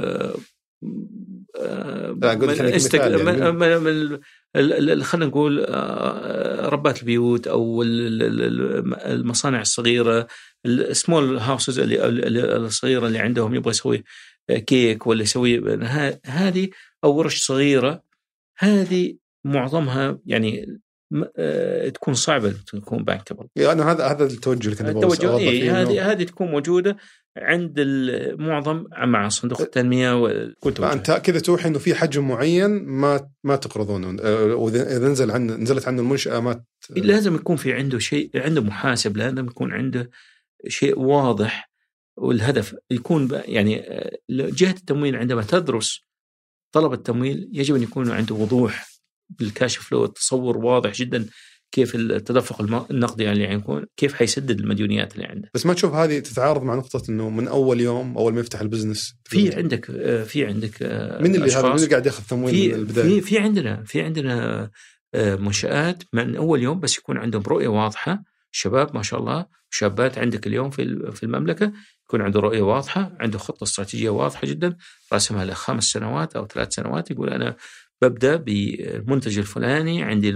خلنا نقول ربات البيوت أو المصانع الصغيرة، السمول هاوسز الصغيرة اللي عندهم يبغى يسوي كيك ولا يسوي هذه أو ورش صغيرة، هذه معظمها يعني تكون صعبة تكون بانكبل. يعني هذا التوجه اللي هذه تكون موجودة عند المعظم مع صندوق التنمية. فأنت كذا توحي إنه في حجم معين ما تقرضونه، وإذا نزلت عنه المنشأة ما لازم يكون في عنده شيء، عنده محاسب، لازم يكون عنده شيء واضح، والهدف يكون يعني جهة التمويل عندما تدرس طلب التمويل يجب أن يكون عنده وضوح بالكاشف فلو، التصور واضح جدا كيف التدفق النقدي يعني يكون، كيف حيسدد المديونيات اللي عنده. بس ما تشوف هذه تتعارض مع نقطة إنه من أول يوم أول ما يفتح البزنس في عندك من اللي قاعد ياخذ تمويل من البداية؟ في عندنا منشآت من أول يوم بس يكون عندهم رؤية واضحة. شباب ما شاء الله، شابات عندك اليوم في المملكة يكون عنده رؤية واضحة، عنده خطة استراتيجية واضحة جدا راسمها ل5 سنوات أو 3 سنوات. يقول أنا ببدأ بالمنتج الفلاني، عندي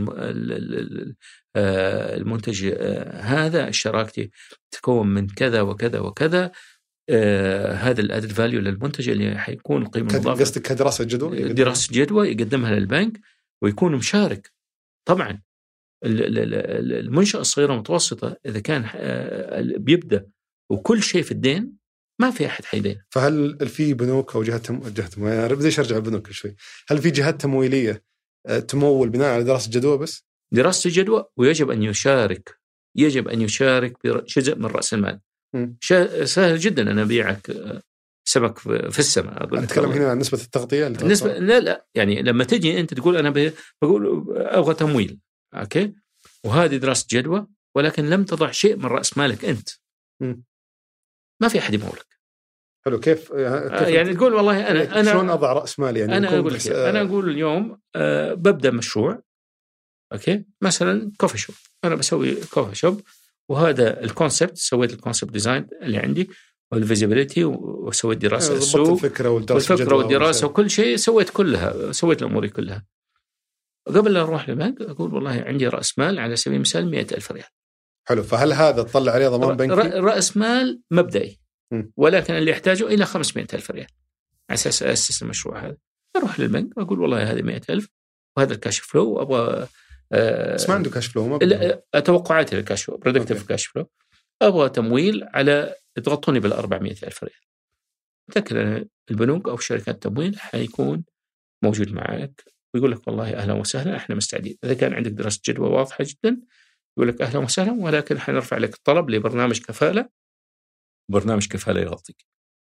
المنتج هذا شراكتي تكون من كذا وكذا وكذا. هذا الأدد فاليو للمنتج اللي حيكون القيمة المضافة. قصدك كدراسة جدوى؟ دراسة جدوى يقدمها للبنك ويكون مشارك. طبعا المنشأة الصغيرة المتوسطة إذا كان بيبدأ وكل شيء في الدين ما في أحد حيدين. فهل في بنوك أو جهات تمويلية، بديش أرجع البنوك شوي، هل في جهات تمويلية تمول بناء على دراسة جدوى بس؟ دراسة جدوى، ويجب أن يشارك بجزء من رأس المال. سهل جدا أنا أبيعك سمك في السماء. نتكلم هنا عن نسبة التغطية. لا يعني لما تجي أنت تقول أنا بقول أبغى تمويل، أوكي، وهذه دراسة جدوى، ولكن لم تضع شيء من رأس مالك أنت. ما في أحد يمولك. حلو. كيف يعني تقول والله أنا شلون أضع رأس مالي؟ يعني أنا أقول اليوم ببدأ مشروع اوكي مثلا كوفي شوب، انا بسوي كوفي شوب وهذا الكونسبت، سويت الكونسبت ديزاين اللي عندي والفيزيبيليتي وسويت دراسه السوق الفكره والدراسه وكل شيء، سويت الامور كلها. قبل لا اروح للبنك اقول والله عندي راس مال على سبيل المثال 100,000 ريال. حلو، فهل هذا تطلع عليه ضمان بنكي؟ راس مال مبدئي، ولكن اللي يحتاجه الى 500,000 ريال على اساس اسس المشروع هذا. اروح للبنك اقول والله هذه 100,000 وهذا الكاش فلو، وابغى بس ما عنده كاش فلو، توقعاتي للكاش فلو، بريدكتيف كاش فلو، ابغى تمويل على تغطوني بال 400,000 ريال. متأكد البنوك او شركات التمويل حيكون موجود معك ويقول لك والله اهلا وسهلا احنا مستعدين. اذا كان عندك دراسه جدوى واضحه جدا يقول لك اهلا وسهلا، ولكن حنرفع لك الطلب لبرنامج كفاله، برنامج كفاله يغطيك.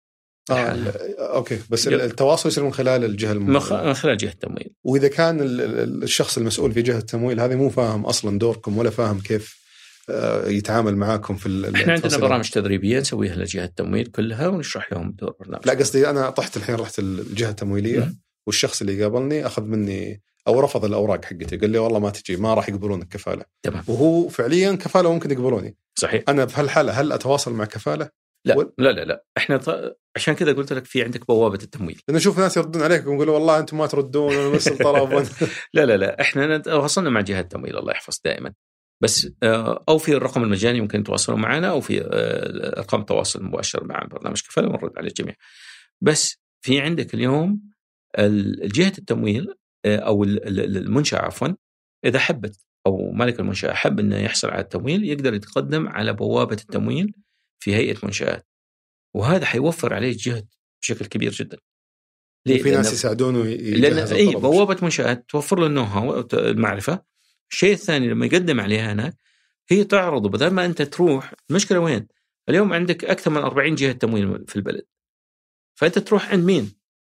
اوكي، بس التواصل يصير من خلال الجهه من خلال جهه التمويل. واذا كان الشخص المسؤول في جهه التمويل هذه مو فاهم اصلا دوركم ولا فاهم كيف يتعامل معاكم في احنا عندنا برامج تدريبيه نسويها لجهه التمويل كلها ونشرح لهم دور برنامج. لا قصدي انا رحت الجهه التمويليه والشخص اللي قابلني اخذ مني او رفض الاوراق حقتي، قال لي والله ما تجي، ما راح يقبلونك كفاله. تمام. وهو فعليا كفاله ممكن يقبلوني. صحيح. انا في هالحاله هل اتواصل مع كفاله؟ لا احنا عشان كذا قلت لك في عندك بوابه التمويل. لأن نشوف ناس يردون عليك ويقولوا والله انتم ما تردون وانا بس الطلب. لا احنا وصلنا مع جهه التمويل الله يحفظ دائما، بس او في الرقم المجاني ممكن تواصلوا معنا، او في ارقام التواصل المباشر مع برنامج كفاله ونرد على الجميع. بس في عندك اليوم الجهه التمويل او المنشاه عفوا، اذا حبت او مالك المنشاه حب انه يحصل على التمويل يقدر يتقدم على بوابه التمويل في هيئه منشآت، وهذا حيوفر عليه الجهد بشكل كبير جدا. في ناس يساعدونه لأن بوابه منشآت توفر له النو هاو المعرفه. الشيء الثاني لما يقدم عليها هناك هي تعرضه، بدل ما انت تروح. المشكله وين؟ اليوم عندك اكثر من 40 جهه تمويل في البلد، فانت تروح عند مين؟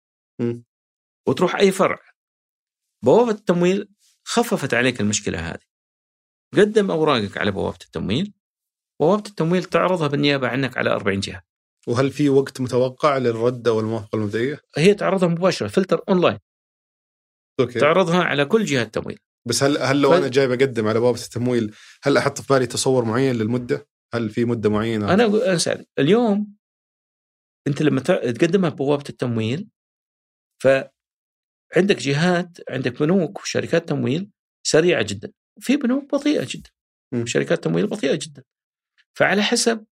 وتروح اي فرع. بوابه التمويل خففت عليك المشكله هذه. قدم اوراقك على بوابه التمويل، بوابه التمويل تعرضها بالنيابه عنك على 40 جهه. وهل في وقت متوقع للرد او الموافقه المبدئيه؟ هي تعرضها مباشره، فلتر اونلاين. أوكي. تعرضها على كل جهه تمويل. بس هل لو انا جاي بقدم على بوابه التمويل هل احط في بالي تصور معين للمده؟ هل في مده معينه؟ انا اسال اليوم انت لما تقدمها ببوابه التمويل، فعندك جهات، عندك بنوك وشركات تمويل سريعه جدا، وفي بنوك بطيئه جدا وشركات تمويل بطيئه جدا. فعلى حسب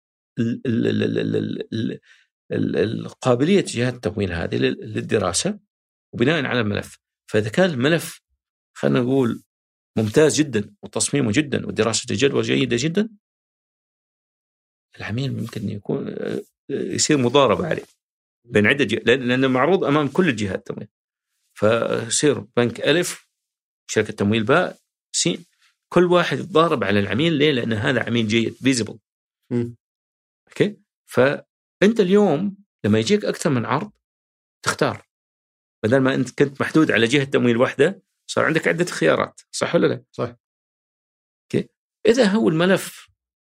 القابليه جهات التمويل هذه للدراسه وبناء على الملف. فاذا كان الملف خلينا نقول ممتاز جدا وتصميمه جدا ودراسه الجدوى جيده جدا، العميل ممكن يكون يصير مضاربه عليه بين عده لانه معروض امام كل الجهات التمويل. فيصير بنك الف، شركه تمويل باء، سين، كل واحد يتضارب على العميل. ليه؟ لان هذا عميل جيد فيزيبل. اوكي. فانت اليوم لما يجيك اكثر من عرض تختار، بدل ما انت كنت محدود على جهه تمويل واحده صار عندك عده خيارات. صح ولا لا؟ صح. اوكي. اذا هو الملف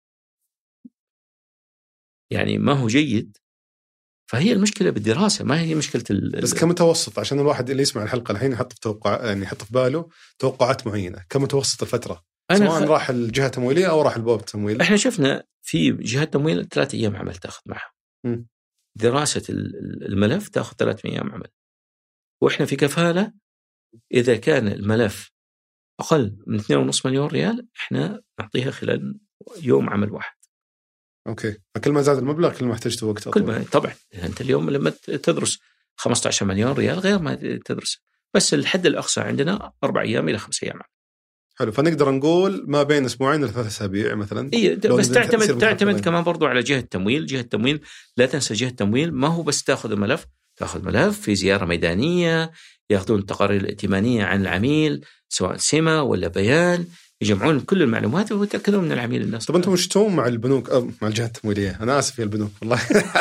يعني ما هو جيد فهي المشكله بالدراسه، ما هي مشكله بس كمتوسط عشان الواحد اللي يسمع الحلقه الحين يحط في توقع، يعني يحط في باله توقعات معينه كمتوسط الفتره، سواء راح الجهه التمويليه او راح البوابه التمويل. احنا شفنا في جهات تمويل 3 أيام عمل تاخذ معها. دراسه الملف تاخذ 3 أيام عمل. واحنا في كفاله اذا كان الملف اقل من 2.5 مليون ريال احنا نعطيها خلال يوم عمل واحد. اوكي. كل ما زاد المبلغ كل ما احتجت وقت اطول. كل ما طبعا انت اليوم لما تدرس 15 مليون ريال غير ما تدرس، بس الحد الاقصى عندنا 4 أيام الى 5 أيام. حلو. فنقدر نقول ما بين اسبوعين الى 3 أسابيع مثلا. بس تعتمد كمان برضو على جهه التمويل. جهه التمويل لا تنسى، جهه التمويل ما هو بس تاخذ الملف، تاخذ ملف في زياره ميدانيه، ياخذون التقارير الائتمانيه عن العميل سواء سمه ولا بيان، يجمعون كل المعلومات ويتاكدون من العميل الناس. طب انتم وش تسوون مع البنوك أو مع الجهات التمويليه؟ انا اسف يا البنوك والله.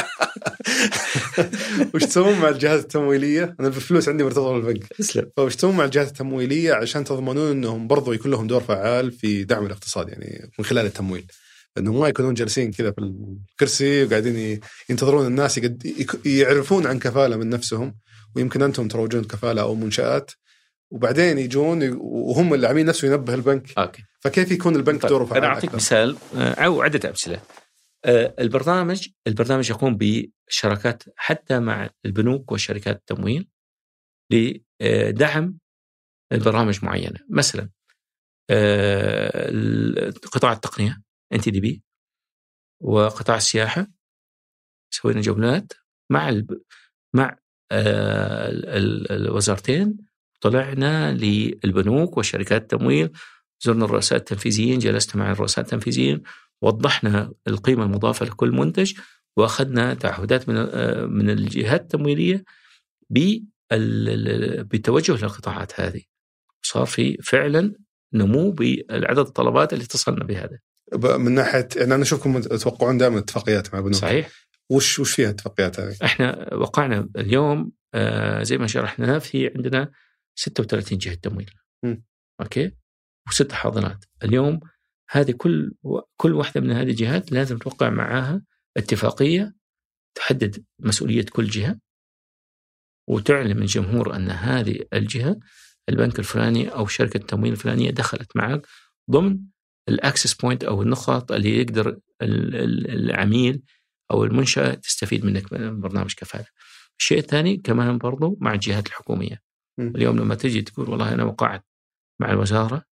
وش تسوون مع الجهات التمويليه؟ انا الفلوس عندي مرتبطه بالبنك. فوش تسوون مع الجهات التمويليه عشان تضمنون انهم برضو يكون لهم دور فعال في دعم الاقتصاد، يعني من خلال التمويل، انهم ما يكونون جالسين كذا في الكرسي وقاعدين ينتظرون الناس يعرفون عن كفاله من نفسهم، ويمكن انتم تروجون كفاله او منشآت وبعدين يجون وهم العميل نفسه ينبه البنك. أوكي. فكيف يكون البنك دوره فعال؟ أنا أعطيك مثال أو عدة أمثلة. البرنامج يقوم بشراكات حتى مع البنوك وشركات التمويل لدعم البرامج معينة. مثلا قطاع التقنية NTDB وقطاع السياحة سوينا جولات مع الوزارتين، طلعنا للبنوك وشركات التمويل، زرنا الرؤساء التنفيذيين، جلسنا مع الرؤساء التنفيذيين، وضحنا القيمة المضافة لكل منتج، وأخذنا تعهدات من الجهات التمويلية بالتوجه للقطاعات هذه. صار في فعلا نمو بالعدد الطلبات اللي اتصلنا بهذا. من ناحية يعني أنا أشوفكم تتوقعون دائما اتفاقيات مع بنوك. صحيح. وش فيها اتفاقيات هذه؟ احنا وقعنا اليوم زي ما شرحنا في عندنا 36 جهة تمويل. أوكي. و6 حاضنات. اليوم هذه كل واحدة من هذه الجهات لازم توقع معها اتفاقية تحدد مسؤولية كل جهة، وتعلم الجمهور أن هذه الجهة البنك الفلاني أو شركة التمويل الفلانية دخلت معك ضمن الأكسس بوينت أو النقاط اللي يقدر العميل أو المنشأة تستفيد منك من برنامج كفالة. الشيء الثاني كمان برضو مع الجهات الحكومية. اليوم لما تجي تقول والله أنا وقعت مع الوزارة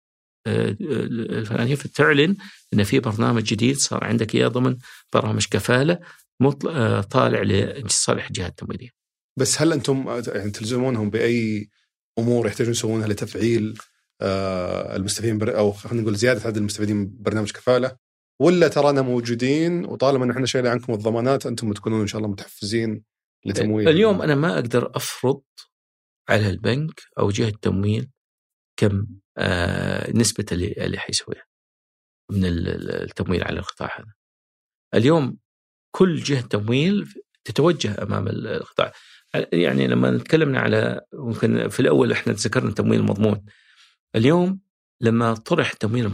الفلانية، فتعلن أن في برنامج جديد صار عندك إياه ضمن برامج كفالة طالع لصالح الجهات التمويلية. بس هل أنتم يعني تلزمونهم بأي أمور يحتاجون يسوونها لتفعيل المستفيدين أو خلينا نقول زيادة عدد المستفيدين ببرنامج كفالة، ولا ترانا موجودين وطالما نحن شايلين عنكم الضمانات أنتم تكونون إن شاء الله متحفزين لتمويل؟ اليوم أنا ما أقدر أفرض على البنك أو جهة التمويل كم نسبة اللي حيسويها من التمويل على القطاع هذا. اليوم كل جهة تمويل تتوجه أمام القطاع. يعني لما نتكلمنا على ممكن في الأول إحنا ذكرنا التمويل المضمون. اليوم لما طرح التمويل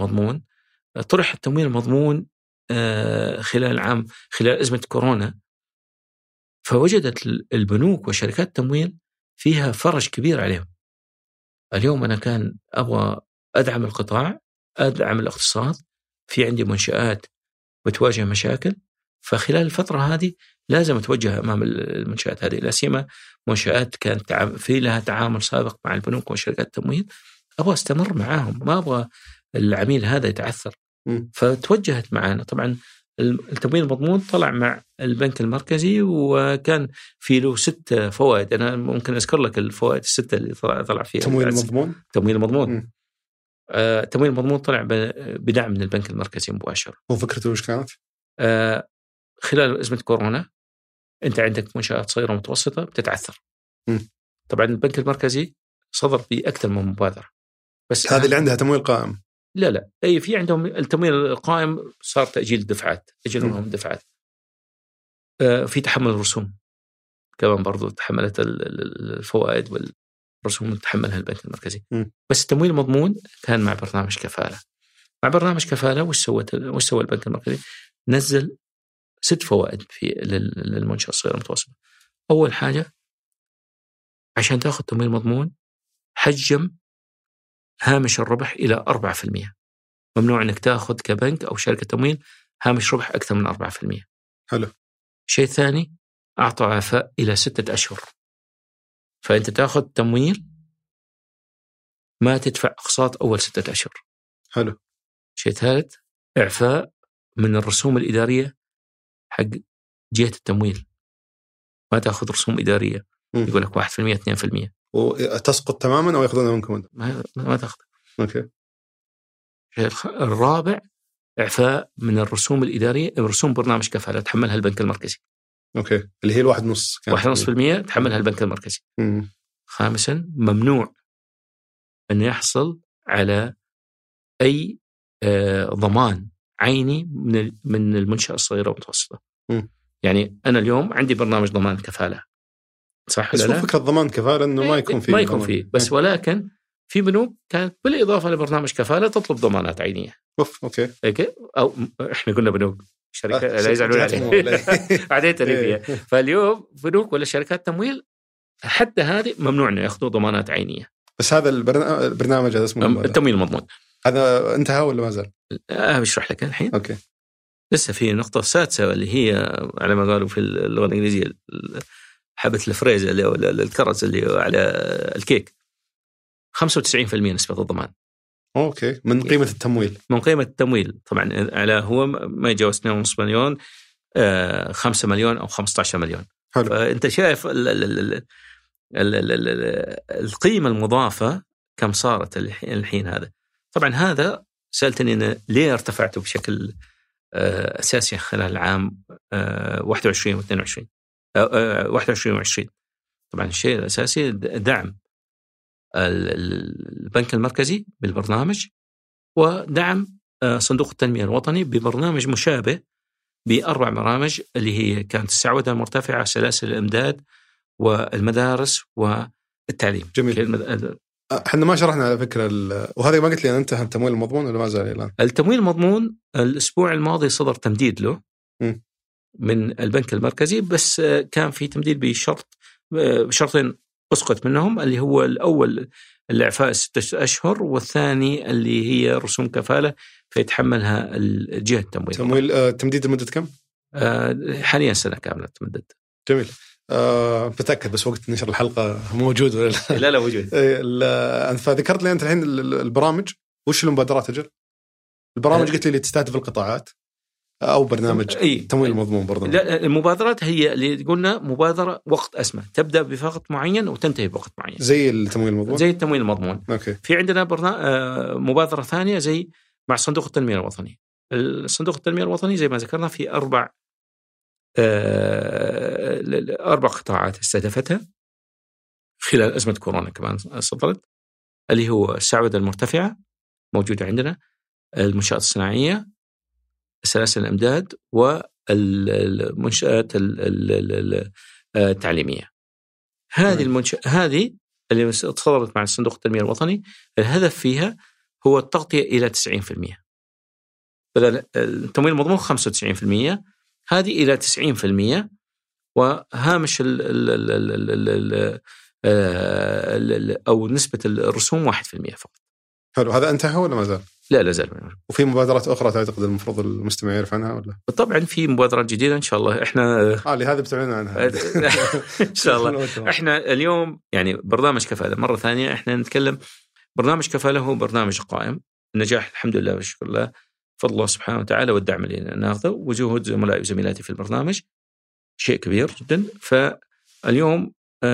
المضمون خلال أزمة كورونا، فوجدت البنوك وشركات التمويل فيها فرج كبير عليهم. اليوم أنا كان أبغى أدعم القطاع، أدعم الاقتصاد، في عندي منشآت بتواجه مشاكل، فخلال الفترة هذه لازم أتوجه أمام المنشآت هذه، لا سيما منشآت كانت في لها تعامل سابق مع البنوك وشركات التمويل، أبغى أستمر معاهم، ما أبغى العميل هذا يتعثر. فتوجهت معنا. طبعا التمويل المضمون طلع مع البنك المركزي، وكان في له 6 فوائد. أنا ممكن أذكر لك الفوائد 6 اللي طلع فيها. تمويل المضمون. التمويل المضمون طلع بدعم من البنك المركزي مباشرة. وفكرته وش كانت؟ خلال أزمة كورونا أنت عندك منشآت صغيرة ومتوسطة بتتعثر. طبعا البنك المركزي صدر بأكثر من مبادرة. بس هذه اللي عندها تمويل قائم؟ لا أي في عندهم التمويل القائم صار تأجيل الدفعات، أجلهم الدفعات. في تحمل الرسوم كمان برضو تحملت الفوائد والرسوم تحملها البنك المركزي. بس التمويل المضمون كان مع برنامج كفالة. وش سوى البنك المركزي؟ نزل 6 فوائد للمنشأة الصغيرة المتوسطة. أول حاجة عشان تأخذ تمويل مضمون حجم هامش الربح إلى 4%. ممنوع أنك تأخذ كبنك أو شركة تمويل هامش ربح أكثر من 4%. حلو. شيء ثاني أعطى عفاء إلى 6 أشهر، فأنت تأخذ تمويل ما تدفع أقساط أول 6 أشهر. حلو. شيء ثالث إعفاء من الرسوم الإدارية حق جهة التمويل، ما تأخذ رسوم إدارية. يقول لك 1% 2%. وتسقط تماما أو يأخذونها منكم؟ ما تأخذ. أوكي. الرابع إعفاء من الرسوم الإدارية، رسوم برنامج كفالة تحملها البنك المركزي. أوكي. اللي هي 1.5% تحملها البنك المركزي. خامسا ممنوع أن يحصل على أي ضمان عيني من المنشأة الصغيرة والمتوسطة. يعني أنا اليوم عندي برنامج ضمان كفالة، صح ولا لا؟ بس فكرة ضمان كفالة إنه ما يكون فيه بس ولكن في بنوك كانت بالإضافة لبرنامج كفالة تطلب ضمانات عينية. أوكي. أو إحنا قلنا بنوك شركة لا يزعلون عليه عادية تريبية. فاليوم بنوك ولا شركات تمويل حتى هذه ممنوع إنه يأخذوا ضمانات عينية. بس هذا البرنامج هذا اسمه التمويل المضمون، هذا انتهى ولا ما زال؟ بشرح لك الحين. اوكي. لسه في نقطة سادسة اللي هي على ما قالوا في اللغة الإنجليزية حبة الفريزة اللي الكرز اللي على الكيك، 95% نسبة الضمان. اوكي. من قيمة التمويل. من قيمة التمويل طبعا، على هو ما يتجاوز 2.5 مليون، 5 مليون أو 15 مليون. حلو. فأنت شايف القيمة المضافة كم صارت الحين. هذا طبعا هذا سألتني أنا ليه ارتفعته بشكل أساسي خلال العام 21 و 22 21 و 20. طبعا الشيء الأساسي دعم البنك المركزي بالبرنامج، ودعم صندوق التنمية الوطني ببرنامج مشابه ب4 برامج اللي هي كانت السعودة المرتفعة، سلاسل الإمداد، والمدارس، والتعليم. جميل. احنا ما شرحنا على فكرة وهذا ما قلت لي انتهى التمويل المضمون ولا ما زال الآن؟ التمويل المضمون الأسبوع الماضي صدر تمديد له من البنك المركزي، بس كان في تمديد بشرطين أسقط منهم، اللي هو الأول الإعفاء 6 أشهر، والثاني اللي هي رسوم كفالة فيتحملها الجهة التمويل. تمديد لمدة كم؟ حاليا سنة كاملة تمدد. جميل. بتأكد بس وقت نشر الحلقة موجود ولا لا؟ لا موجود. فذكرت لي أنت الحين البرامج، وش المبادرات أجل؟ البرامج قلت لي تستهدف القطاعات أو برنامج تمويل مضمون برضه؟ لا، المبادرات هي اللي قلنا مبادرة وقت أسمى، تبدأ بوقت معين وتنتهي بوقت معين، زي التمويل المضمون. زي التمويل المضمون. أوكي. في عندنا مبادرة ثانية زي مع صندوق التنمية الوطني. الصندوق التنمية الوطني زي ما ذكرنا في 4 قطاعات استهدفتها خلال أزمة كورونا كمان صدرت، اللي هو السعودة المرتفعة موجودة عندنا، المنشآت الصناعية، سلاسل الإمداد، والمنشآت التعليمية. هذه اللي صدرت مع صندوق التنمية الوطني، الهدف فيها هو التغطية إلى 90%، بدل التمويل المضمون 95%، هذه إلى 90%، وهامش أو نسبة الرسوم 1% فقط. حلو. هذا انتهى ولا ما زال؟ لا زال. وفي مبادرات أخرى تعتقد المفروض المستمع يعرف عنها ولا؟ طبعا في مبادرات جديدة إن شاء الله. إحنا لهذا بتعلن عنها إن شاء الله. إحنا اليوم يعني برنامج كفالة مرة ثانية، إحنا نتكلم برنامج كفالة هو برنامج قائم، النجاح الحمد لله والشكر لله، فضل الله سبحانه وتعالى والدعم اللي ناخذه وجهود زملائي وزميلاتي في البرنامج شيء كبير جدا. فاليوم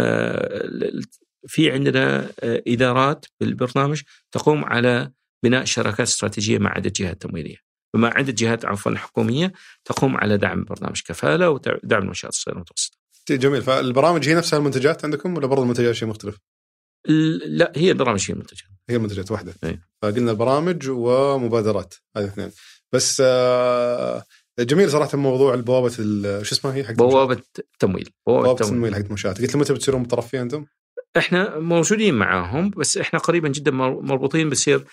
في عندنا إدارات بالبرنامج تقوم على بناء شراكات استراتيجية مع عدة جهات تمويلية، ومع عدة جهات حكومية تقوم على دعم برنامج كفالة ودعم المنشآت الصغيرة والمتوسطة. جميل. فالبرامج هي نفسها المنتجات عندكم ولا برضو المنتجات شيء مختلف؟ لا، هي البرامج هي المنتجات واحدة. فقلنا البرامج ومبادرات، هذه اثنين بس. جميل صراحة موضوع البوابة شو اسمها هي حق بوابة التمويل. بوابة التمويل حق المنشآت. قلت لي متى بتصيرون متطرف فيها أنتم؟ احنا موجودين معاهم، بس احنا قريبا جدا مربوطين، بصير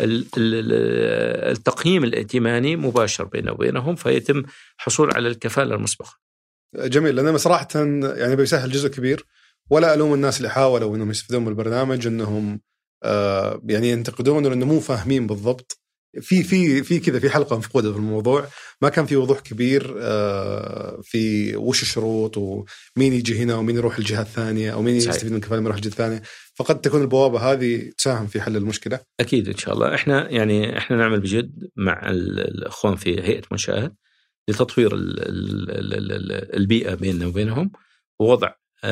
التقييم الائتماني مباشر بيننا وبينهم، فيتم حصول على الكفالة المسبقة. جميل. لأن صراحة يعني بيسهل جزء كبير، ولا ألوم الناس اللي حاولوا إنهم يستفيدون من البرنامج إنهم يعني ينتقدون إنه مو فاهمين بالضبط. في كذا في حلقة مفقودة في الموضوع، ما كان في وضوح كبير في وش الشروط ومين يجي هنا ومين يروح الجهة الثانية أو مين يستفيد من الكفالة يروح الجهة الثانية. فقد تكون البوابة هذه تساهم في حل المشكلة. أكيد إن شاء الله. إحنا نعمل بجد مع الأخوان في هيئة منشآت لتطوير البيئة بيننا وبينهم، ووضع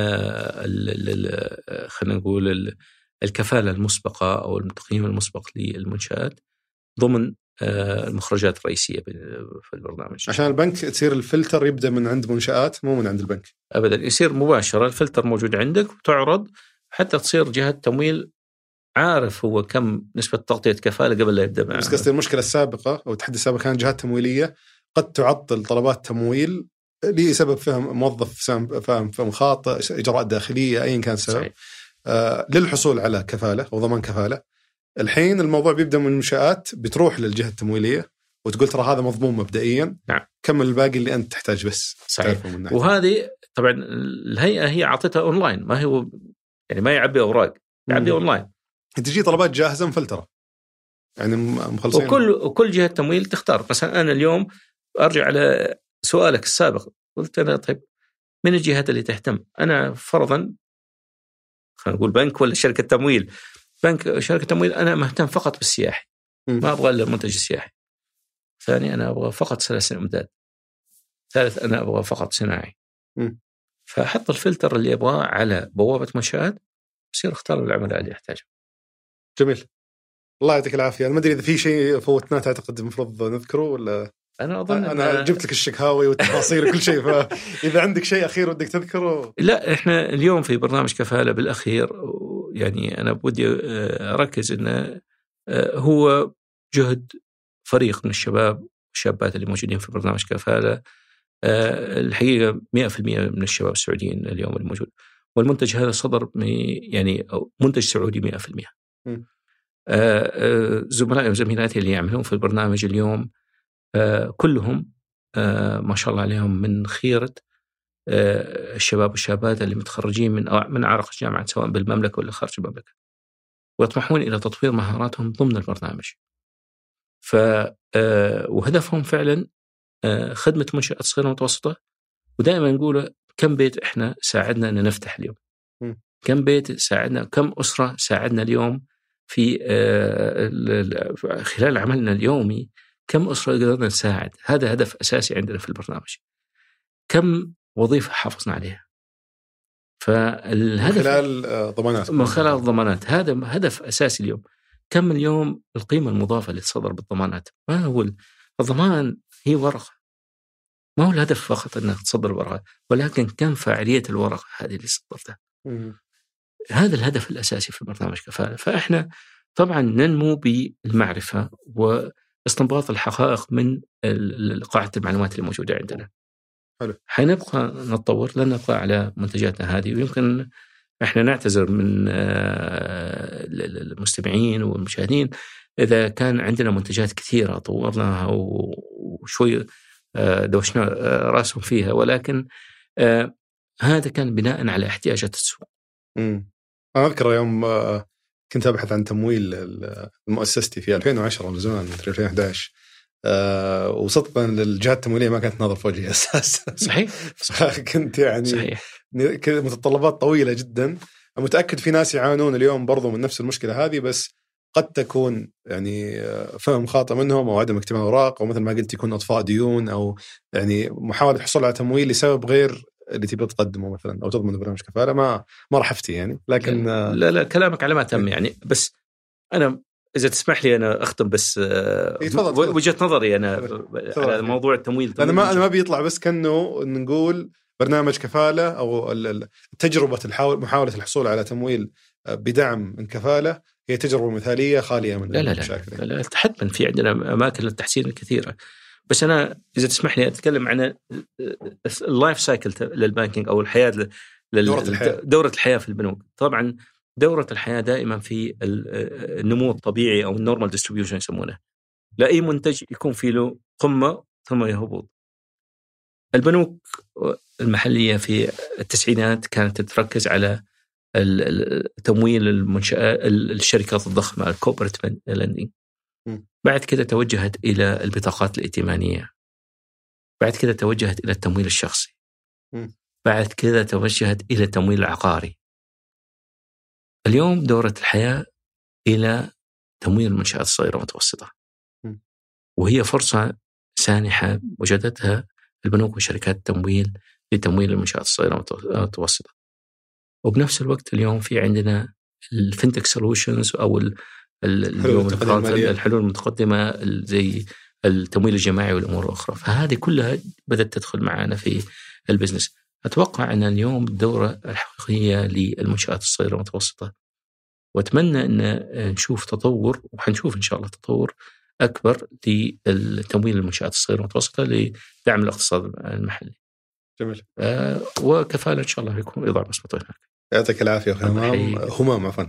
خلينا نقول الكفالة المسبقة أو التقييم المسبق للمنشآت ضمن المخرجات الرئيسية في البرنامج، عشان البنك تصير الفلتر يبدأ من عند منشآت مو من عند البنك أبدا، يصير مباشرة الفلتر موجود عندك وتعرض حتى تصير جهة تمويل عارف هو كم نسبة تغطية كفالة قبل لا يبدأ معه. بس قصدي المشكلة السابقة أو التحدي السابق كان جهات تمويلية قد تعطل طلبات تمويل لسبب فهم موظف فهم خاطئ، إجراءات داخلية، أي كان سبب للحصول على كفالة أو ضمان كفالة. الحين الموضوع بيبدأ من المنشآت، بتروح للجهة التمويلية وتقول ترى هذا مضمون مبدئيا، نعم، كمل الباقي اللي أنت تحتاج بس. صحيح. وهذه طبعا الهيئة هي عطتها أونلاين، ما هو يعني ما يعبي أوراق، يعبي أونلاين. تجي طلبات جاهزة مفلترة يعني مخلصين. وكل جهة تمويل تختار. مثلا أنا اليوم أرجع على سؤالك السابق، قلت أنا طيب من الجهات اللي تهتم؟ أنا فرضا خلينا نقول بنك ولا شركة تمويل. بنك شركة تمويل أنا مهتم فقط بالسياحي، ما أبغى إلا المنتج السياحي. ثاني أنا أبغى فقط سلاسل إمداد. ثالث أنا أبغى فقط صناعي. فأحط الفلتر اللي أبغاه على بوابة منشآت، يصير اختار العملاء اللي يحتاجه. جميل، الله يعطيك العافية. أنا ما أدري إذا في شيء فوتناه تعتقد المفروض نذكره ولا؟ أنا أظن أنا جبت لك الشكاوي والتفاصيل وكل شيء، فإذا عندك شيء أخير ودك تذكره. لا، إحنا اليوم في برنامج كفالة بالأخير يعني أنا بدي أركز إنه هو جهد فريق من الشباب والشابات اللي موجودين في برنامج كفالة. الحقيقة 100% من الشباب السعوديين اليوم الموجود، والمنتج هذا صدر يعني منتج سعودي 100%. زملائي وزميلاتي اللي يعملون في البرنامج اليوم كلهم ما شاء الله عليهم من خيرة الشباب والشابات اللي متخرجين من أعرق الجامعات سواء بالمملكة ولا خارج المملكة، ويطمحون إلى تطوير مهاراتهم ضمن البرنامج. وهدفهم فعلا خدمة منشآت صغيرة ومتوسطة. ودائما نقول كم بيت إحنا ساعدنا أن نفتح اليوم، كم بيت ساعدنا، كم أسرة ساعدنا اليوم في خلال عملنا اليومي، كم أسرة قدرنا نساعد. هذا هدف أساسي عندنا في البرنامج. كم وظيفة حافظنا عليها. فالهدف من خلال الضمانات، هذا هدف أساسي اليوم. كم اليوم القيمة المضافة اللي تصدر بالضمانات؟ ما هو الضمان؟ هي ورقة، ما هو الهدف فقط أنك تصدر ورقة، ولكن كم فاعلية الورقة هذه اللي صدرتها. هذا الهدف الأساسي في برنامج كفالة. فإحنا طبعا ننمو بالمعرفة واستنباط الحقائق من قاعدة المعلومات اللي موجودة عندنا. حلو. حنبقى نتطور، لن نبقى على منتجاتنا هذه. ويمكن إحنا نعتذر من المستمعين والمشاهدين إذا كان عندنا منتجات كثيرة طورناها وشوي دوشنا راسهم فيها، ولكن هذا كان بناء على احتياجات السوق. أنا أذكر يوم كنت أبحث عن تمويل مؤسستي في 2010 من زمان، 2011، وصدقا الجهات التمويلية ما كانت ناظر في وجهي أساسا. صحيح. كنت يعني صحيح. متطلبات طويلة جدا. متأكد في ناس يعانون اليوم برضو من نفس المشكلة هذه، بس قد تكون يعني فهم خاطئ منهم أو عدم اجتماع أوراق، أو مثل ما قلت يكون إطفاء ديون، أو يعني محاولة الحصول على تمويل لسبب غير اللي تبي تقدمه مثلا أو تضمن برنامج كفالة. ما راح أفتي يعني، لكن لا كلامك على ما تم يعني. بس أنا إذا تسمح لي أنا أختم بس وجهة نظري أنا على موضوع التمويل. أنا ما بيطلع بس كأنه نقول برنامج كفالة أو تجربة محاولة الحصول على تمويل بدعم من كفالة هي تجربة مثالية خالية من المشاكل. لا حتما في عندنا أماكن للتحسين الكثيرة. بس أنا إذا تسمح لي أتكلم عن اللايف سايكل للبانكينج أو الحياة، دورة الحياة في البنوك. طبعا دورة الحياة دائما في النمو الطبيعي أو النورمال ديستريبيوشن يسمونه. لا أي منتج يكون فيه له قمة ثم يهبط. البنوك المحلية في التسعينات كانت تتركز على تمويل المنشآت الشركات الضخمة الكوربريت لندنج. بعد كده توجهت إلى البطاقات الائتمانية. بعد كده توجهت إلى التمويل الشخصي. بعد كده توجهت إلى التمويل العقاري. اليوم دورة الحياة إلى تمويل المنشآت الصغيرة والمتوسطة، وهي فرصة سانحة وجدتها البنوك وشركات التمويل لتمويل المنشآت الصغيرة والمتوسطة. وبنفس الوقت اليوم في عندنا الفينتك سولوشنز أو اليوم الحلول المتقدمة زي التمويل الجماعي والأمور الأخرى. فهذه كلها بدأت تدخل معنا في البزنس. أتوقع أن اليوم الدورة الحقيقية للمنشآت الصغيرة والمتوسطة، وأتمنى أن نشوف تطور، وحنشوف إن شاء الله تطور أكبر للتمويل المنشآت الصغيرة والمتوسطة لدعم الاقتصاد المحلي. جميل. وكفالة إن شاء الله يكون يضع بصمته هناك. يعطيك العافية أخي همام. عفوا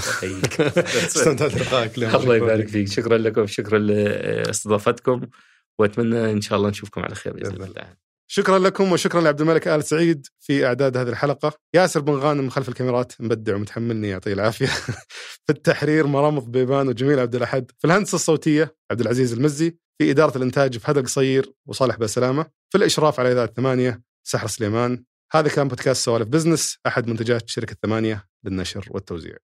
استمتعت لقائك. الله يبارك فيك. شكرا لكم، شكرا لاستضافتكم، وأتمنى إن شاء الله نشوفكم على خير بإذن الله. شكرا لكم، وشكرا لعبد الملك آل سعيد في إعداد هذه الحلقة. ياسر بن غانم خلف الكاميرات مبدع ومتحملني، يعطيه العافية. في التحرير مرامض بيبان وجميل عبد الأحد. في الهندسة الصوتية عبد العزيز المزي. في إدارة الإنتاج في هذا القصير وصالح بسلامة. في الإشراف على إذاعة 8 سحر سليمان. هذا كان بودكاست سوالف بزنس، أحد منتجات شركة 8 للنشر والتوزيع.